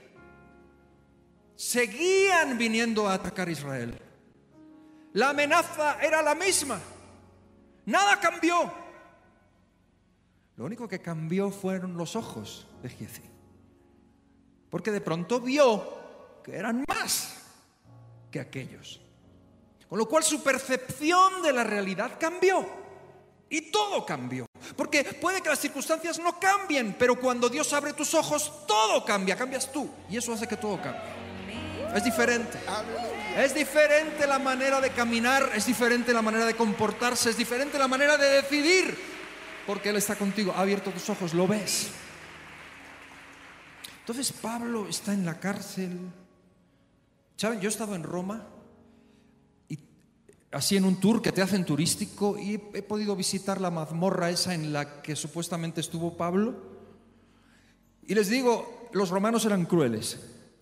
Speaker 2: seguían viniendo a atacar a Israel. La amenaza era la misma, nada cambió. Lo único que cambió fueron los ojos de Giezi, porque de pronto vio que eran más que aquellos, con lo cual su percepción de la realidad cambió y todo cambió. Porque puede que las circunstancias no cambien, pero cuando Dios abre tus ojos todo cambia, cambias tú y eso hace que todo cambie. Es diferente. Es diferente la manera de caminar, es diferente la manera de comportarse, es diferente la manera de decidir, porque Él está contigo, ha abierto tus ojos, lo ves. Entonces Pablo está en la cárcel. ¿Saben? Yo he estado en Roma, y así en un tour que te hacen turístico, y he podido visitar la mazmorra esa en la que supuestamente estuvo Pablo. Y les digo, los romanos eran crueles.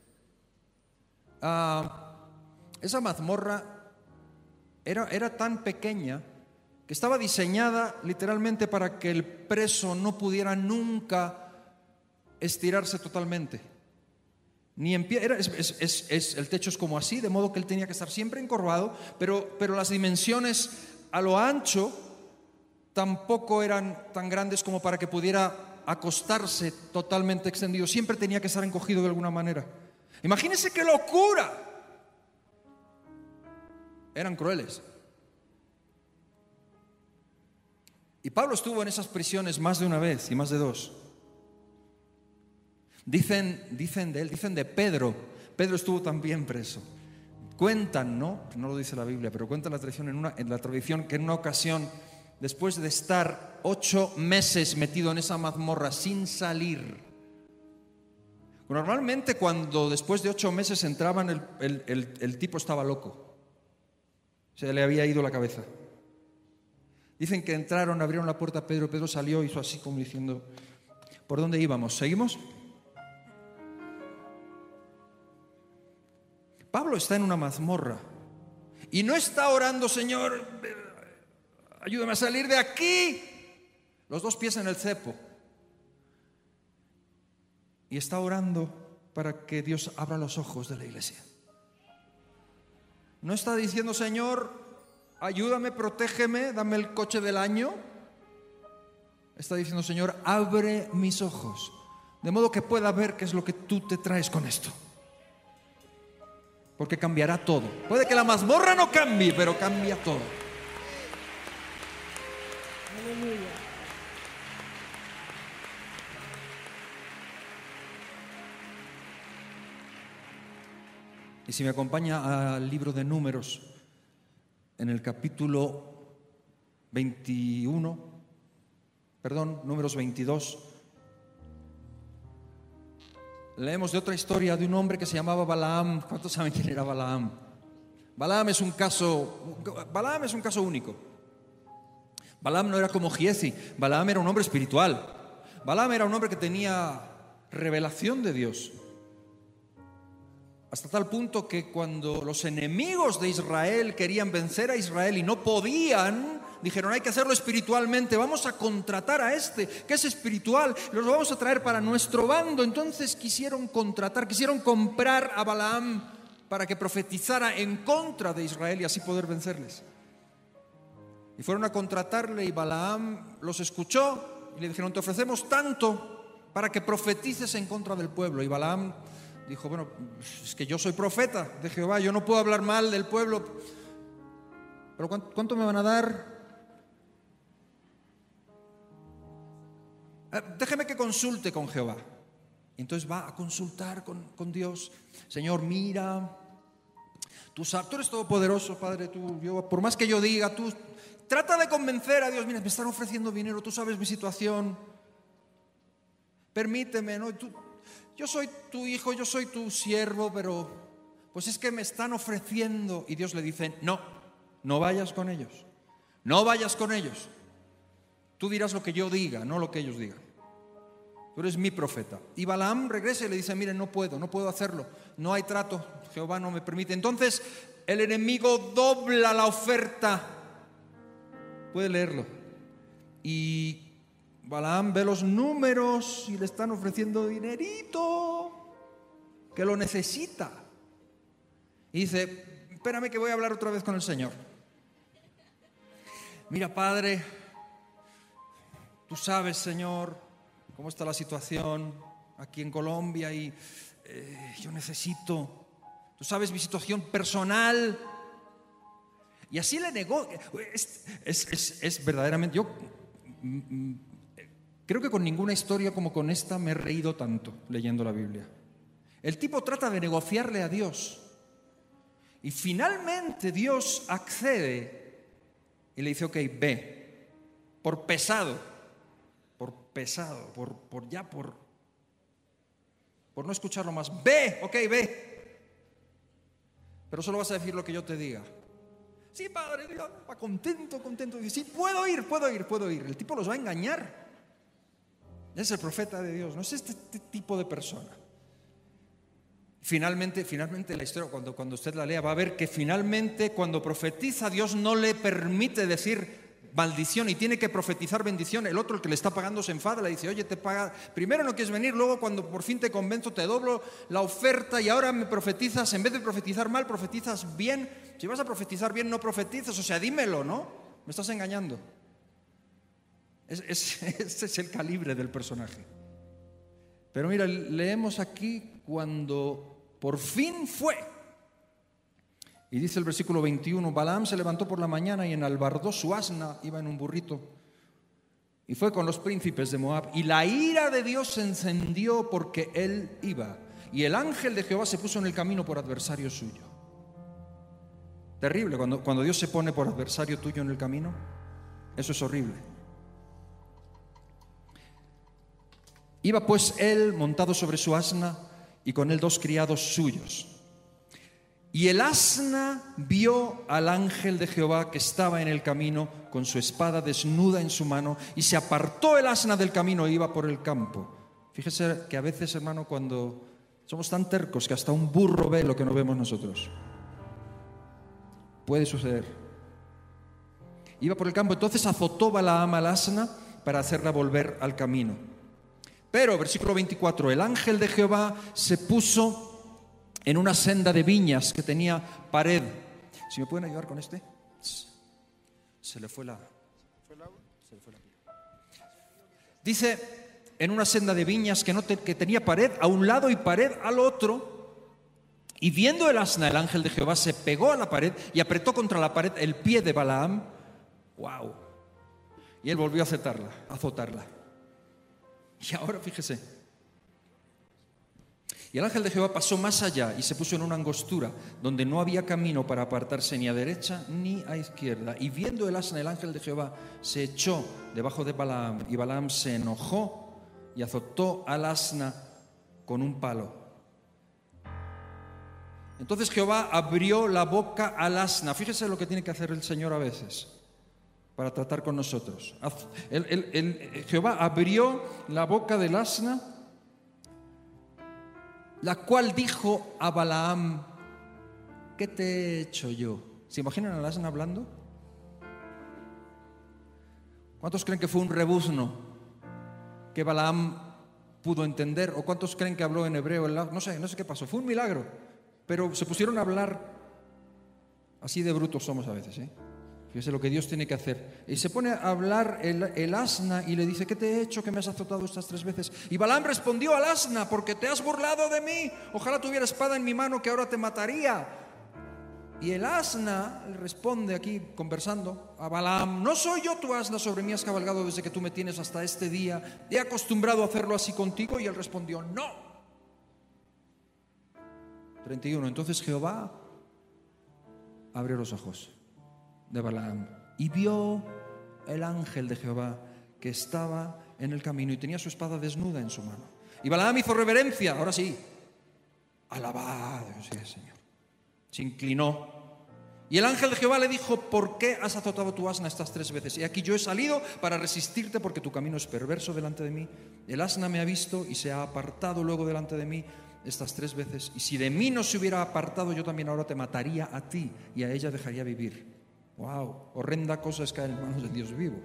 Speaker 2: Esa mazmorra era tan pequeña que estaba diseñada literalmente para que el preso no pudiera nunca estirarse totalmente, ni en pie. El techo es como así, de modo que él tenía que estar siempre encorvado, pero las dimensiones a lo ancho tampoco eran tan grandes como para que pudiera acostarse totalmente extendido. Siempre tenía que estar encogido de alguna manera. Imagínense qué locura. Eran crueles. Y Pablo estuvo en esas prisiones más de una vez y más de dos. Dicen de él, dicen de Pedro. Pedro estuvo también preso. Cuentan, no lo dice la Biblia, pero cuenta la tradición en la tradición que en una ocasión, después de estar 8 meses metido en esa mazmorra sin salir. Normalmente cuando después de 8 meses entraban, el tipo estaba loco. Se le había ido la cabeza. Dicen que entraron, abrieron la puerta a Pedro. Pedro salió, hizo así como diciendo, ¿por dónde íbamos? ¿Seguimos? Pablo está en una mazmorra y no está orando, Señor, ayúdame a salir de aquí, los dos pies en el cepo. Y está orando para que Dios abra los ojos de la iglesia. No está diciendo, Señor, ayúdame, protégeme, dame el coche del año. Está diciendo, Señor, abre mis ojos, de modo que pueda ver qué es lo que tú te traes con esto. Porque cambiará todo. Puede que la mazmorra no cambie, pero cambia todo.
Speaker 3: Aleluya.
Speaker 2: Y si me acompaña al libro de Números, en el capítulo 21, Números 22, leemos de otra historia de un hombre que se llamaba Balaam. ¿Cuántos saben quién era Balaam? Balaam es un caso único. Balaam no era como Giezi. Balaam era un hombre espiritual. Balaam era un hombre que tenía revelación de Dios. Hasta tal punto que cuando los enemigos de Israel querían vencer a Israel y no podían, dijeron, hay que hacerlo espiritualmente, vamos a contratar a este que es espiritual, los vamos a traer para nuestro bando. Entonces quisieron comprar a Balaam para que profetizara en contra de Israel y así poder vencerles. Y fueron a contratarle y Balaam los escuchó y le dijeron, te ofrecemos tanto para que profetices en contra del pueblo. Y Balaam dijo, bueno, es que yo soy profeta de Jehová, yo no puedo hablar mal del pueblo, pero ¿cuánto me van a dar? Déjeme que consulte con Jehová. Entonces va a consultar con Dios. Señor, mira, tú eres todopoderoso, Padre, por más que yo diga, tú trata de convencer a Dios. Mira, me están ofreciendo dinero, tú sabes mi situación, permíteme, ¿no? Yo soy tu hijo, yo soy tu siervo, pero pues es que me están ofreciendo. Y Dios le dice, no vayas con ellos, no vayas con ellos. Tú dirás lo que yo diga, no lo que ellos digan. Tú eres mi profeta. Y Balaam regresa y le dice, mire, no puedo hacerlo, no hay trato, Jehová no me permite. Entonces el enemigo dobla la oferta. Puede leerlo. Y Balaam ve los números y le están ofreciendo dinerito, que lo necesita. Y dice, espérame que voy a hablar otra vez con el Señor. Mira, Padre, tú sabes, Señor, cómo está la situación aquí en Colombia y yo necesito, tú sabes mi situación personal. Y así le negó. Es verdaderamente, yo creo que con ninguna historia como con esta me he reído tanto leyendo la Biblia. El tipo trata de negociarle a Dios y finalmente Dios accede y le dice, ok, ve, por no escucharlo más, ve, ok, ve, pero solo vas a decir lo que yo te diga. Sí, Padre, va contento, dice, sí, puedo ir. El tipo los va a engañar. Es el profeta de Dios, no es este tipo de persona. Finalmente la historia, cuando usted la lea, va a ver que finalmente cuando profetiza, Dios no le permite decir maldición y tiene que profetizar bendición. El otro, el que le está pagando, se enfada, le dice, oye, te paga, primero no quieres venir, luego cuando por fin te convenzo te doblo la oferta y ahora me profetizas, en vez de profetizar mal, profetizas bien. Si vas a profetizar bien, no profetizas, o sea, dímelo, ¿no? Me estás engañando. Ese es el calibre del personaje. Pero mira, leemos aquí cuando por fin fue. Y dice el versículo 21, Balaam se levantó por la mañana y enalbardó su asna, iba en un burrito, y fue con los príncipes de Moab. Y la ira de Dios se encendió porque él iba. Y el ángel de Jehová se puso en el camino por adversario suyo. Terrible, cuando Dios se pone por adversario tuyo en el camino, eso es horrible. Iba pues él montado sobre su asna y con él 2 criados suyos. Y el asna vio al ángel de Jehová que estaba en el camino con su espada desnuda en su mano, y se apartó el asna del camino e iba por el campo. Fíjese que a veces, hermano, cuando Somos tan tercos que hasta un burro ve lo que no vemos nosotros. Puede suceder. Iba por el campo, entonces azotó Balaam al asna para hacerla volver al camino. Pero, versículo 24, el ángel de Jehová se puso en una senda de viñas que tenía pared. Si me pueden ayudar con este. Se le fue la... Dice, en una senda de viñas que tenía pared a un lado y pared al otro. Y viendo el asna, el ángel de Jehová se pegó a la pared y apretó contra la pared el pie de Balaam. ¡Wow! Y él volvió a azotarla. Y ahora fíjese. Y el ángel de Jehová pasó más allá y se puso en una angostura donde no había camino para apartarse ni a derecha ni a izquierda. Y viendo el asna, el ángel de Jehová se echó debajo de Balaam y Balaam se enojó y azotó al asna con un palo. Entonces Jehová abrió la boca al asna. Fíjese lo que tiene que hacer el Señor a veces para tratar con nosotros. Jehová abrió la boca del asna, la cual dijo a Balaam: ¿qué te he hecho yo? ¿Se imaginan al asna hablando? ¿Cuántos creen que fue un rebuzno que Balaam pudo entender? ¿O cuántos creen que habló en hebreo? No sé qué pasó. Fue un milagro, pero se pusieron a hablar. Así de brutos somos a veces, ¿eh? Fíjese lo que Dios tiene que hacer. Y se pone a hablar el asna y le dice: ¿qué te he hecho que me has azotado estas 3 veces? Y Balaam respondió al asna: porque te has burlado de mí. Ojalá tuviera espada en mi mano que ahora te mataría. Y el asna le responde aquí, conversando a Balaam: no soy yo tu asna, sobre mí has cabalgado desde que tú me tienes hasta este día. He acostumbrado a hacerlo así contigo. Y él respondió: no. 31. Entonces Jehová abrió los ojos de Balaam y vio el ángel de Jehová que estaba en el camino y tenía su espada desnuda en su mano. Y Balaam hizo reverencia, ahora sí, alabado sea el Señor. Se inclinó. Y el ángel de Jehová le dijo: ¿por qué has azotado tu asna estas 3 veces? Y aquí yo he salido para resistirte, porque tu camino es perverso delante de mí. El asna me ha visto y se ha apartado luego delante de mí estas 3 veces. Y si de mí no se hubiera apartado, yo también ahora te mataría a ti y a ella dejaría vivir. ¡Wow! Horrenda cosa es caer en manos de Dios vivo.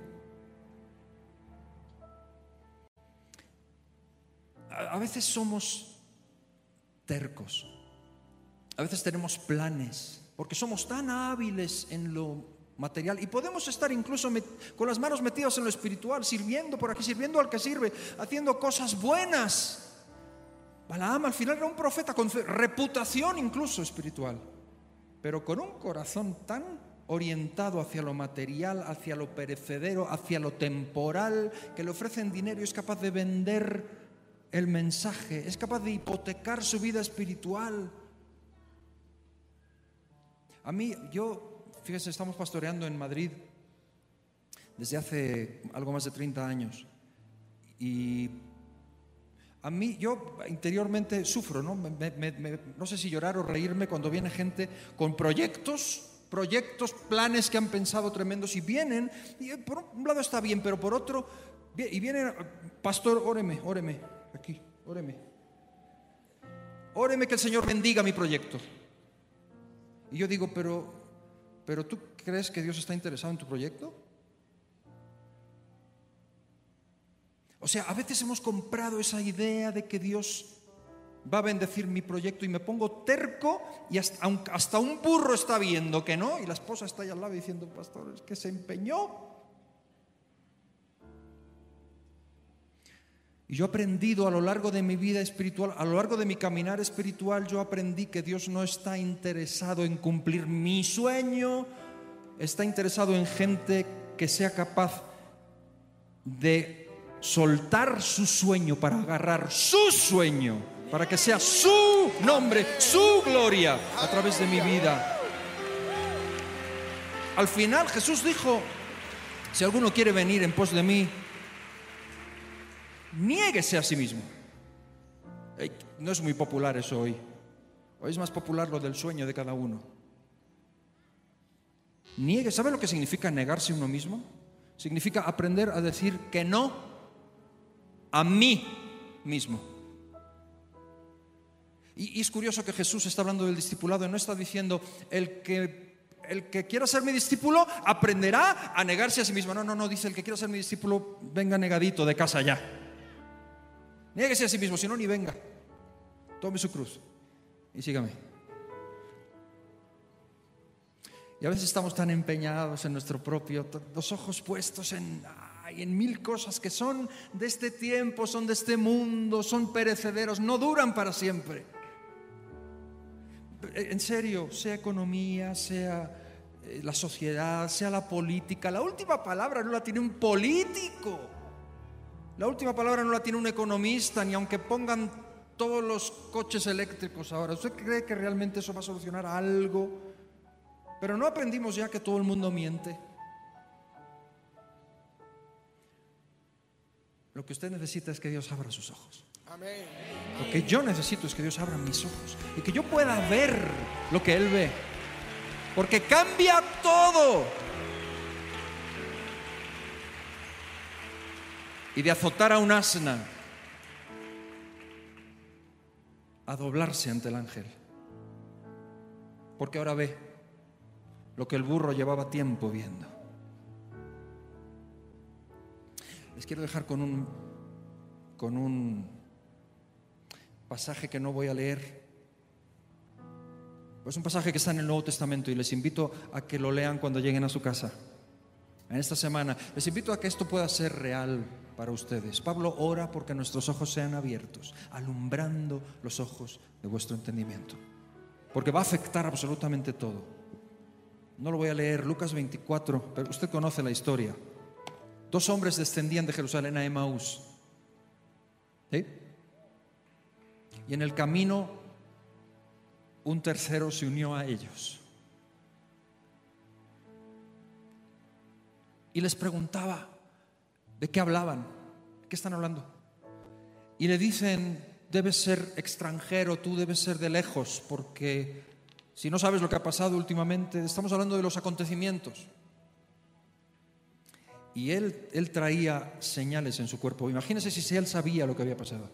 Speaker 2: A veces somos tercos. A veces tenemos planes, porque somos tan hábiles en lo material y podemos estar incluso con las manos metidas en lo espiritual, sirviendo por aquí, sirviendo al que sirve, haciendo cosas buenas. Balaam al final era un profeta con reputación incluso espiritual, pero con un corazón tan orientado hacia lo material, hacia lo perecedero, hacia lo temporal, que le ofrecen dinero y es capaz de vender el mensaje, es capaz de hipotecar su vida espiritual. A mí, fíjese, estamos pastoreando en Madrid desde hace algo más de 30 años y a mí, yo interiormente sufro, ¿no? No sé si llorar o reírme cuando viene gente con proyectos, planes que han pensado tremendos y vienen, y por un lado está bien, pero por otro, y viene: pastor, óreme, aquí, óreme que el Señor bendiga mi proyecto. Y yo digo: pero ¿tú crees que Dios está interesado en tu proyecto? O sea, a veces hemos comprado esa idea de que Dios va a bendecir mi proyecto y me pongo terco y hasta un burro está viendo que no, y la esposa está ahí al lado diciendo: pastor, es que se empeñó. Y yo he aprendido a lo largo de mi vida espiritual, a lo largo de mi caminar espiritual, yo aprendí que Dios no está interesado en cumplir mi sueño, está interesado en gente que sea capaz de soltar su sueño para agarrar su sueño, para que sea su nombre, su gloria a través de mi vida. Al final Jesús dijo: si alguno quiere venir en pos de mí, niéguese a sí mismo. No es muy popular eso hoy. Hoy es más popular lo del sueño de cada uno. ¿Sabe lo que significa negarse a uno mismo? Significa aprender a decir que no a mí mismo. Y es curioso que Jesús está hablando del discipulado y no está diciendo el que quiera ser mi discípulo aprenderá a negarse a sí mismo. No, dice el que quiera ser mi discípulo venga negadito de casa ya. Niéguese a sí mismo, si no ni venga. Tome su cruz y sígame. Y a veces estamos tan empeñados en nuestro propio, los ojos puestos en mil cosas que son de este tiempo, son de este mundo, son perecederos, no duran para siempre. En serio, sea economía, sea la sociedad, sea la política, la última palabra no la tiene un político. La última palabra no la tiene un economista, ni aunque pongan todos los coches eléctricos ahora. ¿Usted cree que realmente eso va a solucionar algo? Pero no aprendimos ya que todo el mundo miente. Lo que usted necesita es que Dios abra sus ojos.
Speaker 1: Amén.
Speaker 2: Lo que yo necesito es que Dios abra mis ojos y que yo pueda ver lo que Él ve, porque cambia todo. Y de azotar a un asna a doblarse ante el ángel, porque ahora ve lo que el burro llevaba tiempo viendo. Les quiero dejar con un pasaje que no voy a leer. Es un pasaje que está en el Nuevo Testamento y les invito a que lo lean cuando lleguen a su casa. En esta semana les invito a que esto pueda ser real para ustedes. Pablo ora porque nuestros ojos sean abiertos, alumbrando los ojos de vuestro entendimiento, porque va a afectar absolutamente todo. No lo voy a leer, Lucas 24, pero usted conoce la historia. 2 hombres descendían de Jerusalén a Emaús, ¿sí? Y en el camino un tercero se unió a ellos y les preguntaba de qué hablaban, de qué están hablando. Y le dicen: debes ser extranjero, tú debes ser de lejos, porque si no sabes lo que ha pasado últimamente, estamos hablando de los acontecimientos. Y él traía señales en su cuerpo. Imagínense si él sabía lo que había pasado.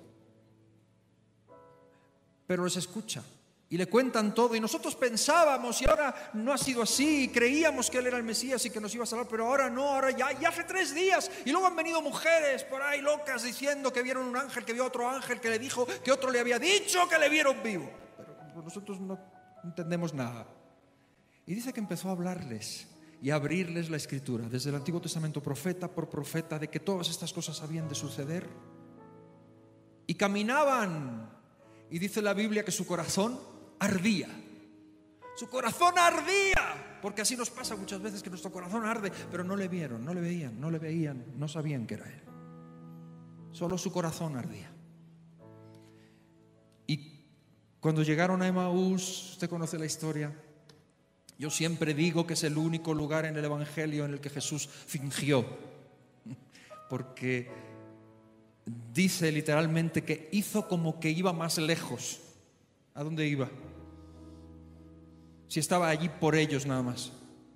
Speaker 2: Pero les escucha y le cuentan todo, y nosotros pensábamos, y ahora no ha sido así, y creíamos que él era el Mesías y que nos iba a salvar, pero ahora no, ahora ya hace 3 días, y luego han venido mujeres por ahí locas diciendo que vieron un ángel, que vio otro ángel, que le dijo que otro le había dicho que le vieron vivo. Pero nosotros no entendemos nada. Y dice que empezó a hablarles y a abrirles la escritura desde el Antiguo Testamento, profeta por profeta, de que todas estas cosas habían de suceder. Y caminaban, y dice la Biblia que su corazón ardía. Su corazón ardía, porque así nos pasa muchas veces, que nuestro corazón arde, pero no le vieron, no le veían, no le veían, no sabían que era él. Solo su corazón ardía. Y cuando llegaron a Emaús, usted conoce la historia. Yo siempre digo que es el único lugar en el Evangelio en el que Jesús fingió, porque dice literalmente que hizo como que iba más lejos. ¿A dónde iba? Si estaba allí por ellos nada más.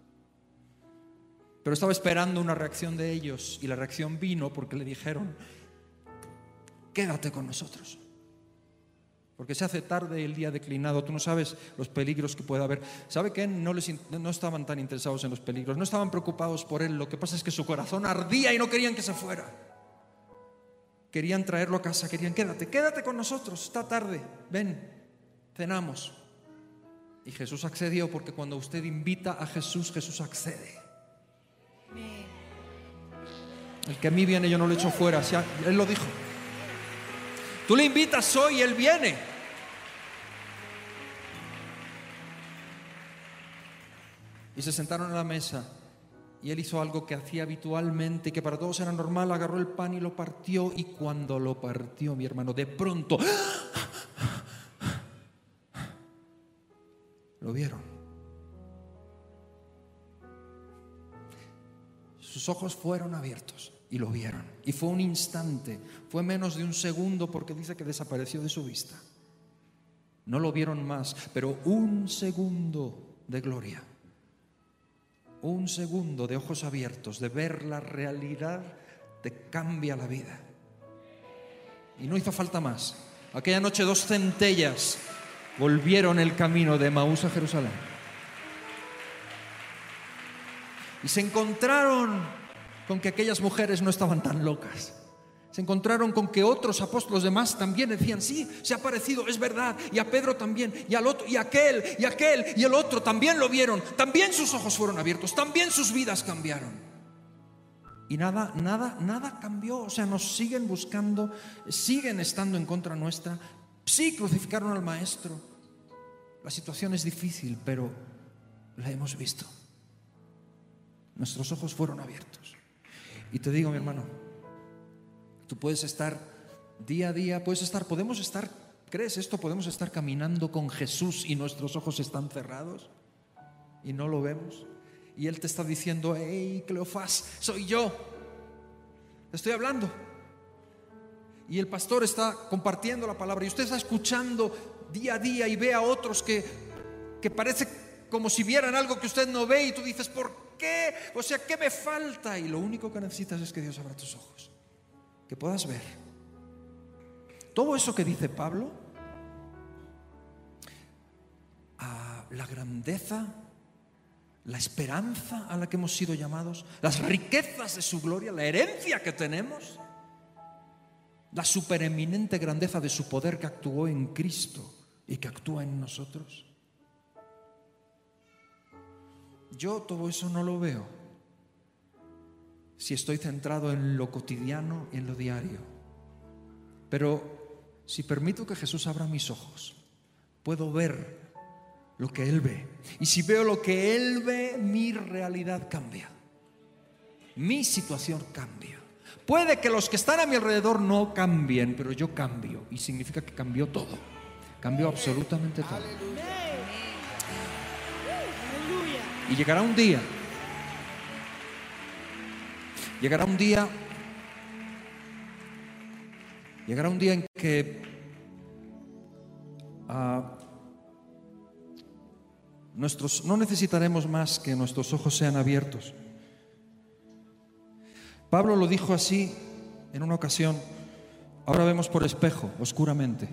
Speaker 2: Pero estaba esperando una reacción de ellos, y la reacción vino porque le dijeron: quédate con nosotros, porque se hace tarde, el día declinado, tú no sabes los peligros que puede haber. ¿Sabe qué? No estaban tan interesados en los peligros, no estaban preocupados por él. Lo que pasa es que su corazón ardía y no querían que se fuera. Querían traerlo a casa, querían: quédate con nosotros, está tarde, ven, cenamos. Y Jesús accedió, porque cuando usted invita a Jesús, Jesús accede. El que a mí viene yo no lo echo fuera, él lo dijo. Tú le invitas hoy y él viene. Y se sentaron a la mesa, y él hizo algo que hacía habitualmente, que para todos era normal. Agarró el pan y lo partió, y cuando lo partió, mi hermano, de pronto lo vieron. Sus ojos fueron abiertos y lo vieron. Y fue un instante, fue menos de un segundo, porque dice que desapareció de su vista. No lo vieron más, pero un segundo de gloria, un segundo de ojos abiertos, de ver la realidad, te cambia la vida. Y no hizo falta más. Aquella noche 2 centellas volvieron el camino de Emaús a Jerusalén. Y se encontraron con que aquellas mujeres no estaban tan locas. Se encontraron con que otros apóstoles demás también decían: sí, se ha aparecido, es verdad. Y a Pedro también, y al otro, y aquel, y el otro también lo vieron. También sus ojos fueron abiertos, también sus vidas cambiaron. Y nada cambió. O sea, nos siguen buscando, siguen estando en contra nuestra. Sí, crucificaron al maestro. La situación es difícil, pero la hemos visto. Nuestros ojos fueron abiertos. Y te digo, mi hermano, tú puedes estar día a día, podemos estar, ¿crees esto? Podemos estar caminando con Jesús y nuestros ojos están cerrados y no lo vemos. Y Él te está diciendo: hey, Cleofás, soy yo, te estoy hablando. Y el pastor está compartiendo la palabra y usted está escuchando día a día y ve a otros que parece como si vieran algo que usted no ve y tú dices: ¿por qué? O sea, ¿qué me falta? Y lo único que necesitas es que Dios abra tus ojos, que puedas ver todo eso que dice Pablo, la grandeza, la esperanza a la que hemos sido llamados, las riquezas de su gloria, la herencia que tenemos, la supereminente grandeza de su poder que actuó en Cristo y que actúa en nosotros. Yo todo eso no lo veo si estoy centrado en lo cotidiano y en lo diario. Pero si permito que Jesús abra mis ojos, puedo ver lo que Él ve. Y si veo lo que Él ve, mi realidad cambia. Mi situación cambia. Puede que los que están a mi alrededor no cambien, pero yo cambio. Y significa que cambió todo. Cambió absolutamente todo. Y llegará un día en que no necesitaremos más que nuestros ojos sean abiertos. Pablo lo dijo así en una ocasión: ahora vemos por espejo, oscuramente.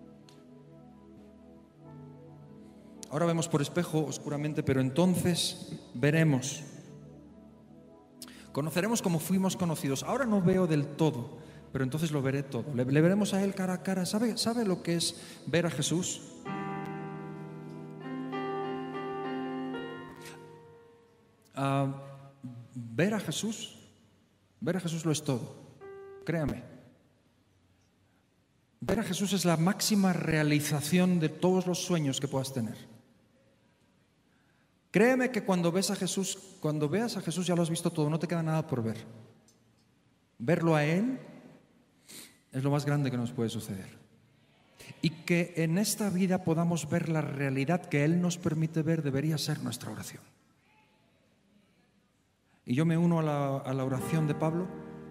Speaker 2: Ahora vemos por espejo, oscuramente, pero entonces veremos. Conoceremos como fuimos conocidos. Ahora no veo del todo, pero entonces lo veré todo. Le veremos a Él cara a cara. ¿Sabe lo que es ver a Jesús? Ver a Jesús lo es todo. Créame. Ver a Jesús es la máxima realización de todos los sueños que puedas tener. Créeme que cuando veas a Jesús ya lo has visto todo, no te queda nada por ver. Verlo a Él es lo más grande que nos puede suceder. Y que en esta vida podamos ver la realidad que Él nos permite ver debería ser nuestra oración. Y yo me uno a la oración de Pablo,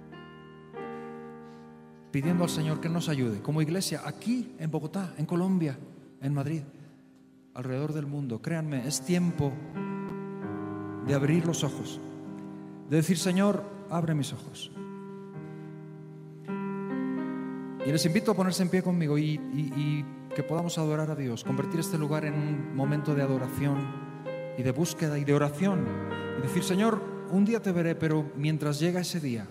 Speaker 2: pidiendo al Señor que nos ayude como iglesia aquí en Bogotá, en Colombia, en Madrid, alrededor del mundo. Créanme, es tiempo de abrir los ojos, de decir: Señor, abre mis ojos. Y les invito a ponerse en pie conmigo y que podamos adorar a Dios, convertir este lugar en un momento de adoración y de búsqueda y de oración, y decir: Señor, un día te veré, pero mientras llega ese día,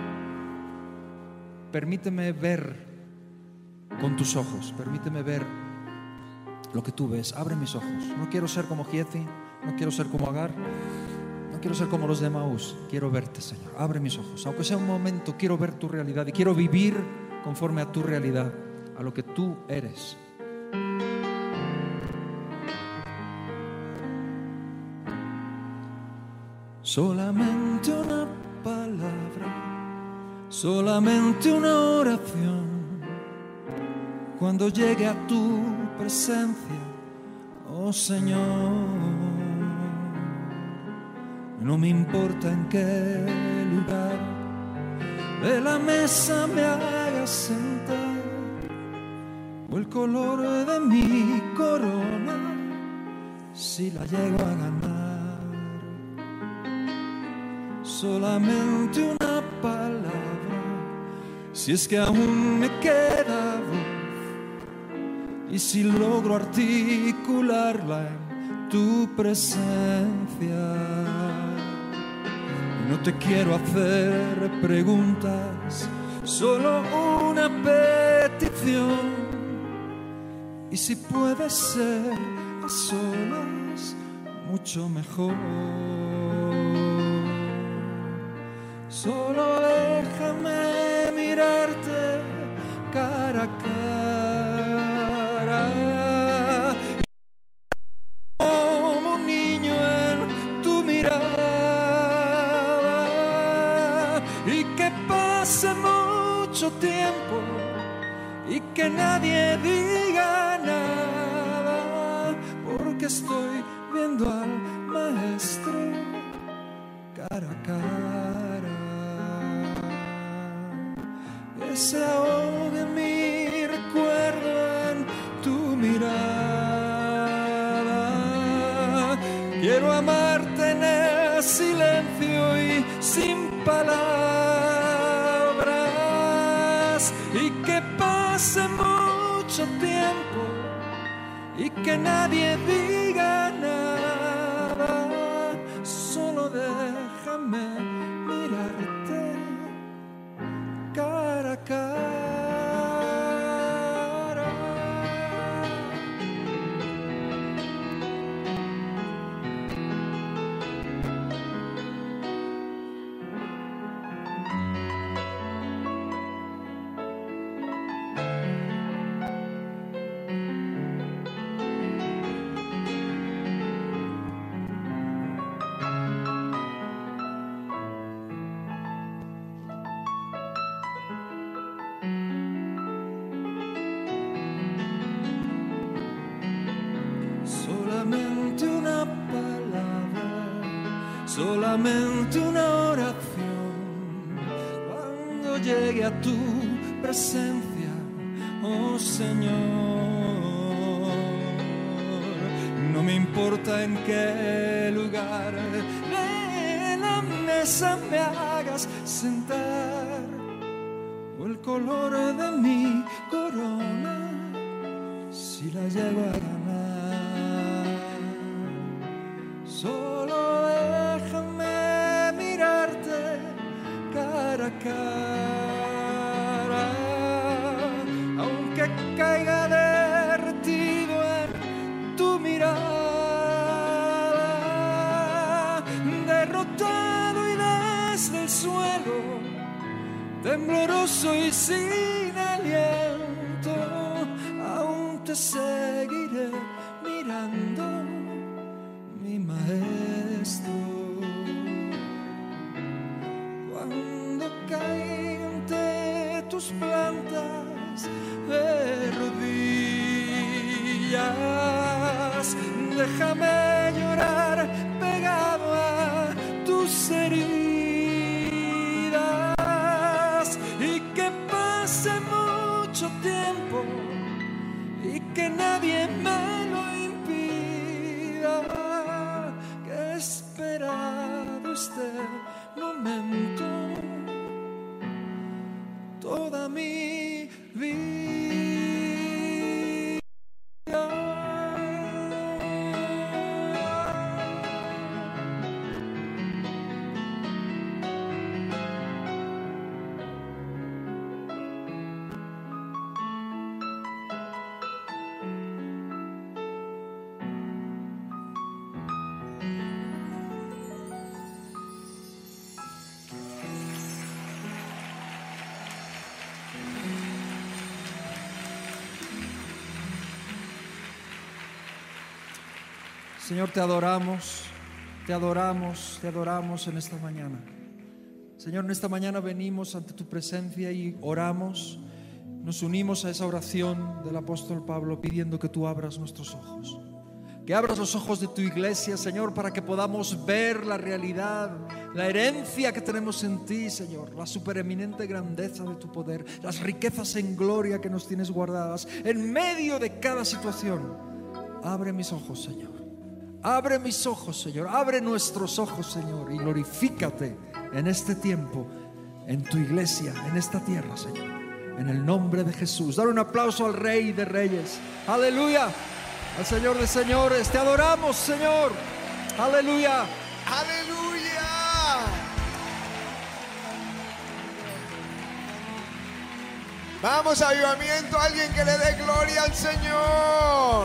Speaker 2: permíteme ver con tus ojos, permíteme ver lo que tú ves. Abre mis ojos. No quiero ser como Giezi, no quiero ser como Agar, no quiero ser como los de Emaús. Quiero verte, Señor. Abre mis ojos. Aunque sea un momento, quiero ver tu realidad y quiero vivir conforme a tu realidad, a lo que tú eres. Solamente una palabra, solamente una oración. Cuando llegue a tu presencia, oh Señor, no me importa en qué lugar de la mesa me hagas sentar, o el color de mi corona, si la llego a ganar. Solamente una palabra, si es que aún me queda voz, y si logro articularla en tu presencia. No te quiero hacer preguntas, solo una petición. Y si puede ser a solas, mucho mejor. Solo déjame mirarte cara a cara, como un niño en tu mirada, y que pase mucho tiempo y que nadie diga nada, porque estoy viendo al maestro cara a cara. Que se ahogue mi recuerdo en tu mirada. Quiero amarte en el silencio y sin palabras, y que pase mucho tiempo y que nadie diga nada. Solo déjame mirarte cara a cara. Solamente una palabra, solamente una oración. Cuando llegue a tu presencia, oh Señor, no me importa en qué lugar de la mesa me hagas sentar, o el color de mi corona, si la llego a ganar. Solo déjame mirarte cara a cara, aunque caiga derretido en tu mirada, derrotado y desde el suelo, tembloroso y sin aliento, aún te seguiré mirando, mi maestro. Cuando caiga ante tus plantas de rodillas, déjame llorar pegado a tus heridas, y que pase mucho tiempo y que nadie me lo impida, que he esperado este momento toda mi vida. Señor, te adoramos, te adoramos, te adoramos en esta mañana. Señor, en esta mañana venimos ante tu presencia y oramos, nos unimos a esa oración del apóstol Pablo pidiendo que tú abras nuestros ojos. Que abras los ojos de tu iglesia, Señor, para que podamos ver la realidad, la herencia que tenemos en ti, Señor, la supereminente grandeza de tu poder, las riquezas en gloria que nos tienes guardadas en medio de cada situación. Abre mis ojos, Señor. Abre mis ojos, Señor. Abre nuestros ojos, Señor, y glorifícate en este tiempo, en tu iglesia, en esta tierra, Señor. en el nombre de Jesús. Dar un aplauso al Rey de Reyes. Aleluya. Al Señor de Señores. Te adoramos, Señor. Aleluya.
Speaker 1: Aleluya. Vamos, avivamiento, alguien que le dé gloria al Señor.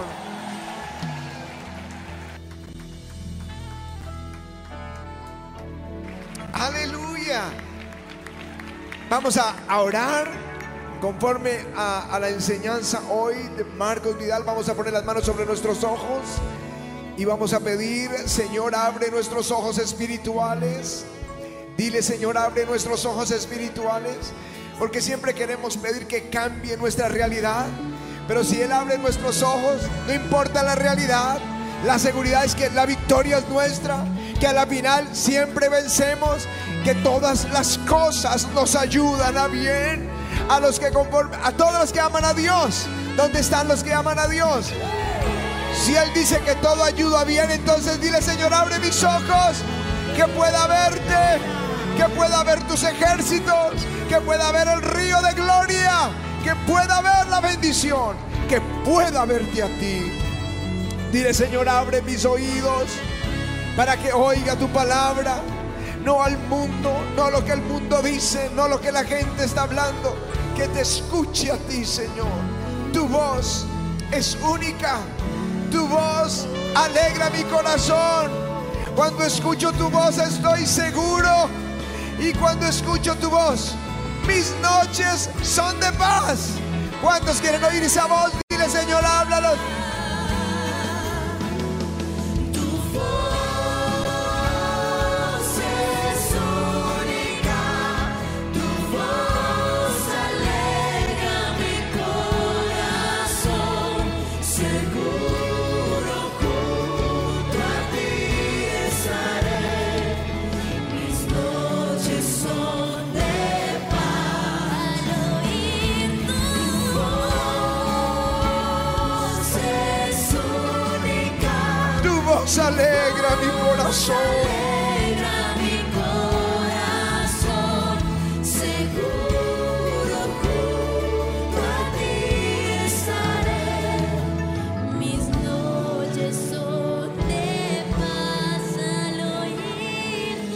Speaker 1: Aleluya. Vamos a orar conforme a la enseñanza hoy de Marcos Vidal. Vamos a poner las manos sobre nuestros ojos y vamos a pedir: Señor, abre nuestros ojos espirituales. Dile: Señor, abre nuestros ojos espirituales. Porque siempre queremos pedir que cambie nuestra realidad, pero si Él abre nuestros ojos, no importa la realidad, la seguridad es que la victoria es nuestra, que a la final siempre vencemos, que todas las cosas nos ayudan a bien, a los que a todos los que aman a Dios. ¿Dónde están los que aman a Dios? Si Él dice que todo ayuda bien, entonces dile: Señor, abre mis ojos, que pueda verte, que pueda ver tus ejércitos, que pueda ver el río de gloria, que pueda ver la bendición, que pueda verte a ti. Dile: Señor, abre mis oídos para que oiga tu palabra, no al mundo, no lo que el mundo dice, no lo que la gente está hablando, que te escuche a ti, Señor. Tu voz es única, tu voz alegra mi corazón. Cuando escucho tu voz estoy seguro, y cuando escucho tu voz mis noches son de paz. ¿Cuántos quieren oír esa voz? Dile: Señor, háblalos. Alegra mi corazón,
Speaker 3: alegra mi corazón, seguro junto a ti estaré. Mis noches son de paz al oír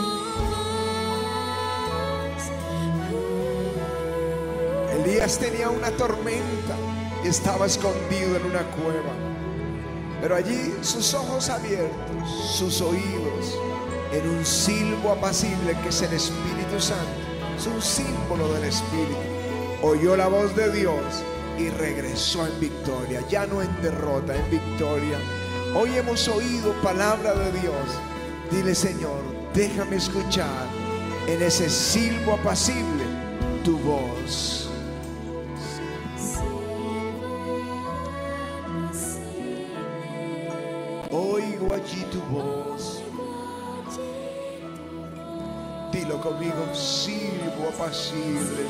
Speaker 3: tu voz.
Speaker 1: Elías tenía una tormenta y estaba escondido en una cueva. Pero allí sus ojos abiertos, sus oídos, en un silbo apacible que es el Espíritu Santo, es un símbolo del Espíritu, oyó la voz de Dios y regresó en victoria, ya no en derrota, en victoria. Hoy hemos oído palabra de Dios. Dile: Señor, déjame escuchar en ese silbo apacible tu voz. Oigo allí tu voz. Dilo conmigo: silbo apacible.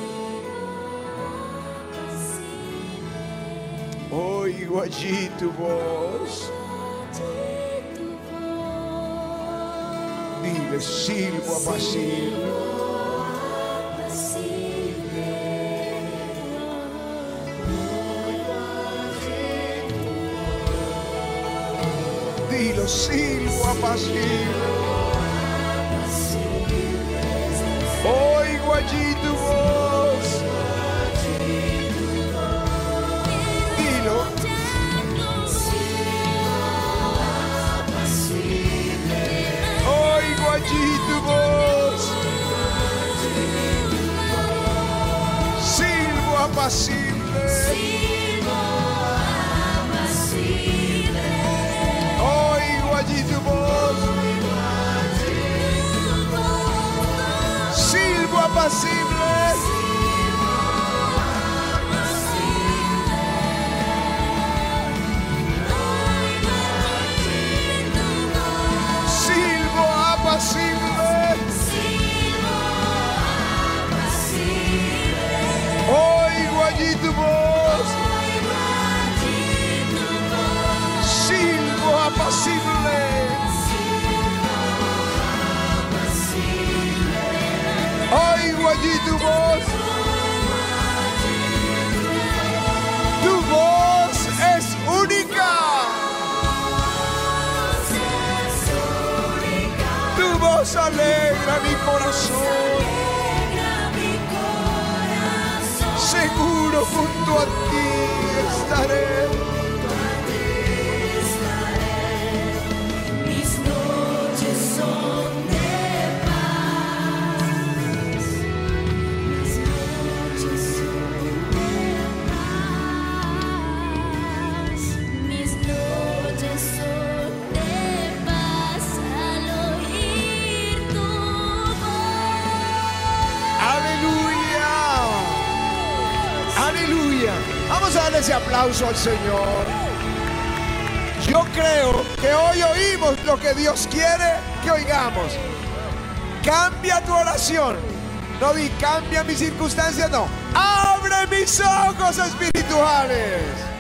Speaker 1: Oigo allí tu voz. Dile: silbo apacible. Dilo: silbo apacible. Oigo allí tu voz. Dilo: oigo allí tu voz. Silbo apacible. Oigo allí tu voz. Silbo apacible. Silbo apacible. Oigo allí Dios alegra mi corazón. Seguro junto a ti estaré.
Speaker 3: Mis noches son de paz. Mis noches son de paz. Mis noches son de paz al oír tu voz.
Speaker 1: Aleluya. Aleluya. Vamos a darle ese aplauso al Señor. Yo creo que hoy oímos lo que Dios quiere que oigamos. Cambia tu oración. No di cambia mis circunstancias, no. Abre mis ojos espirituales.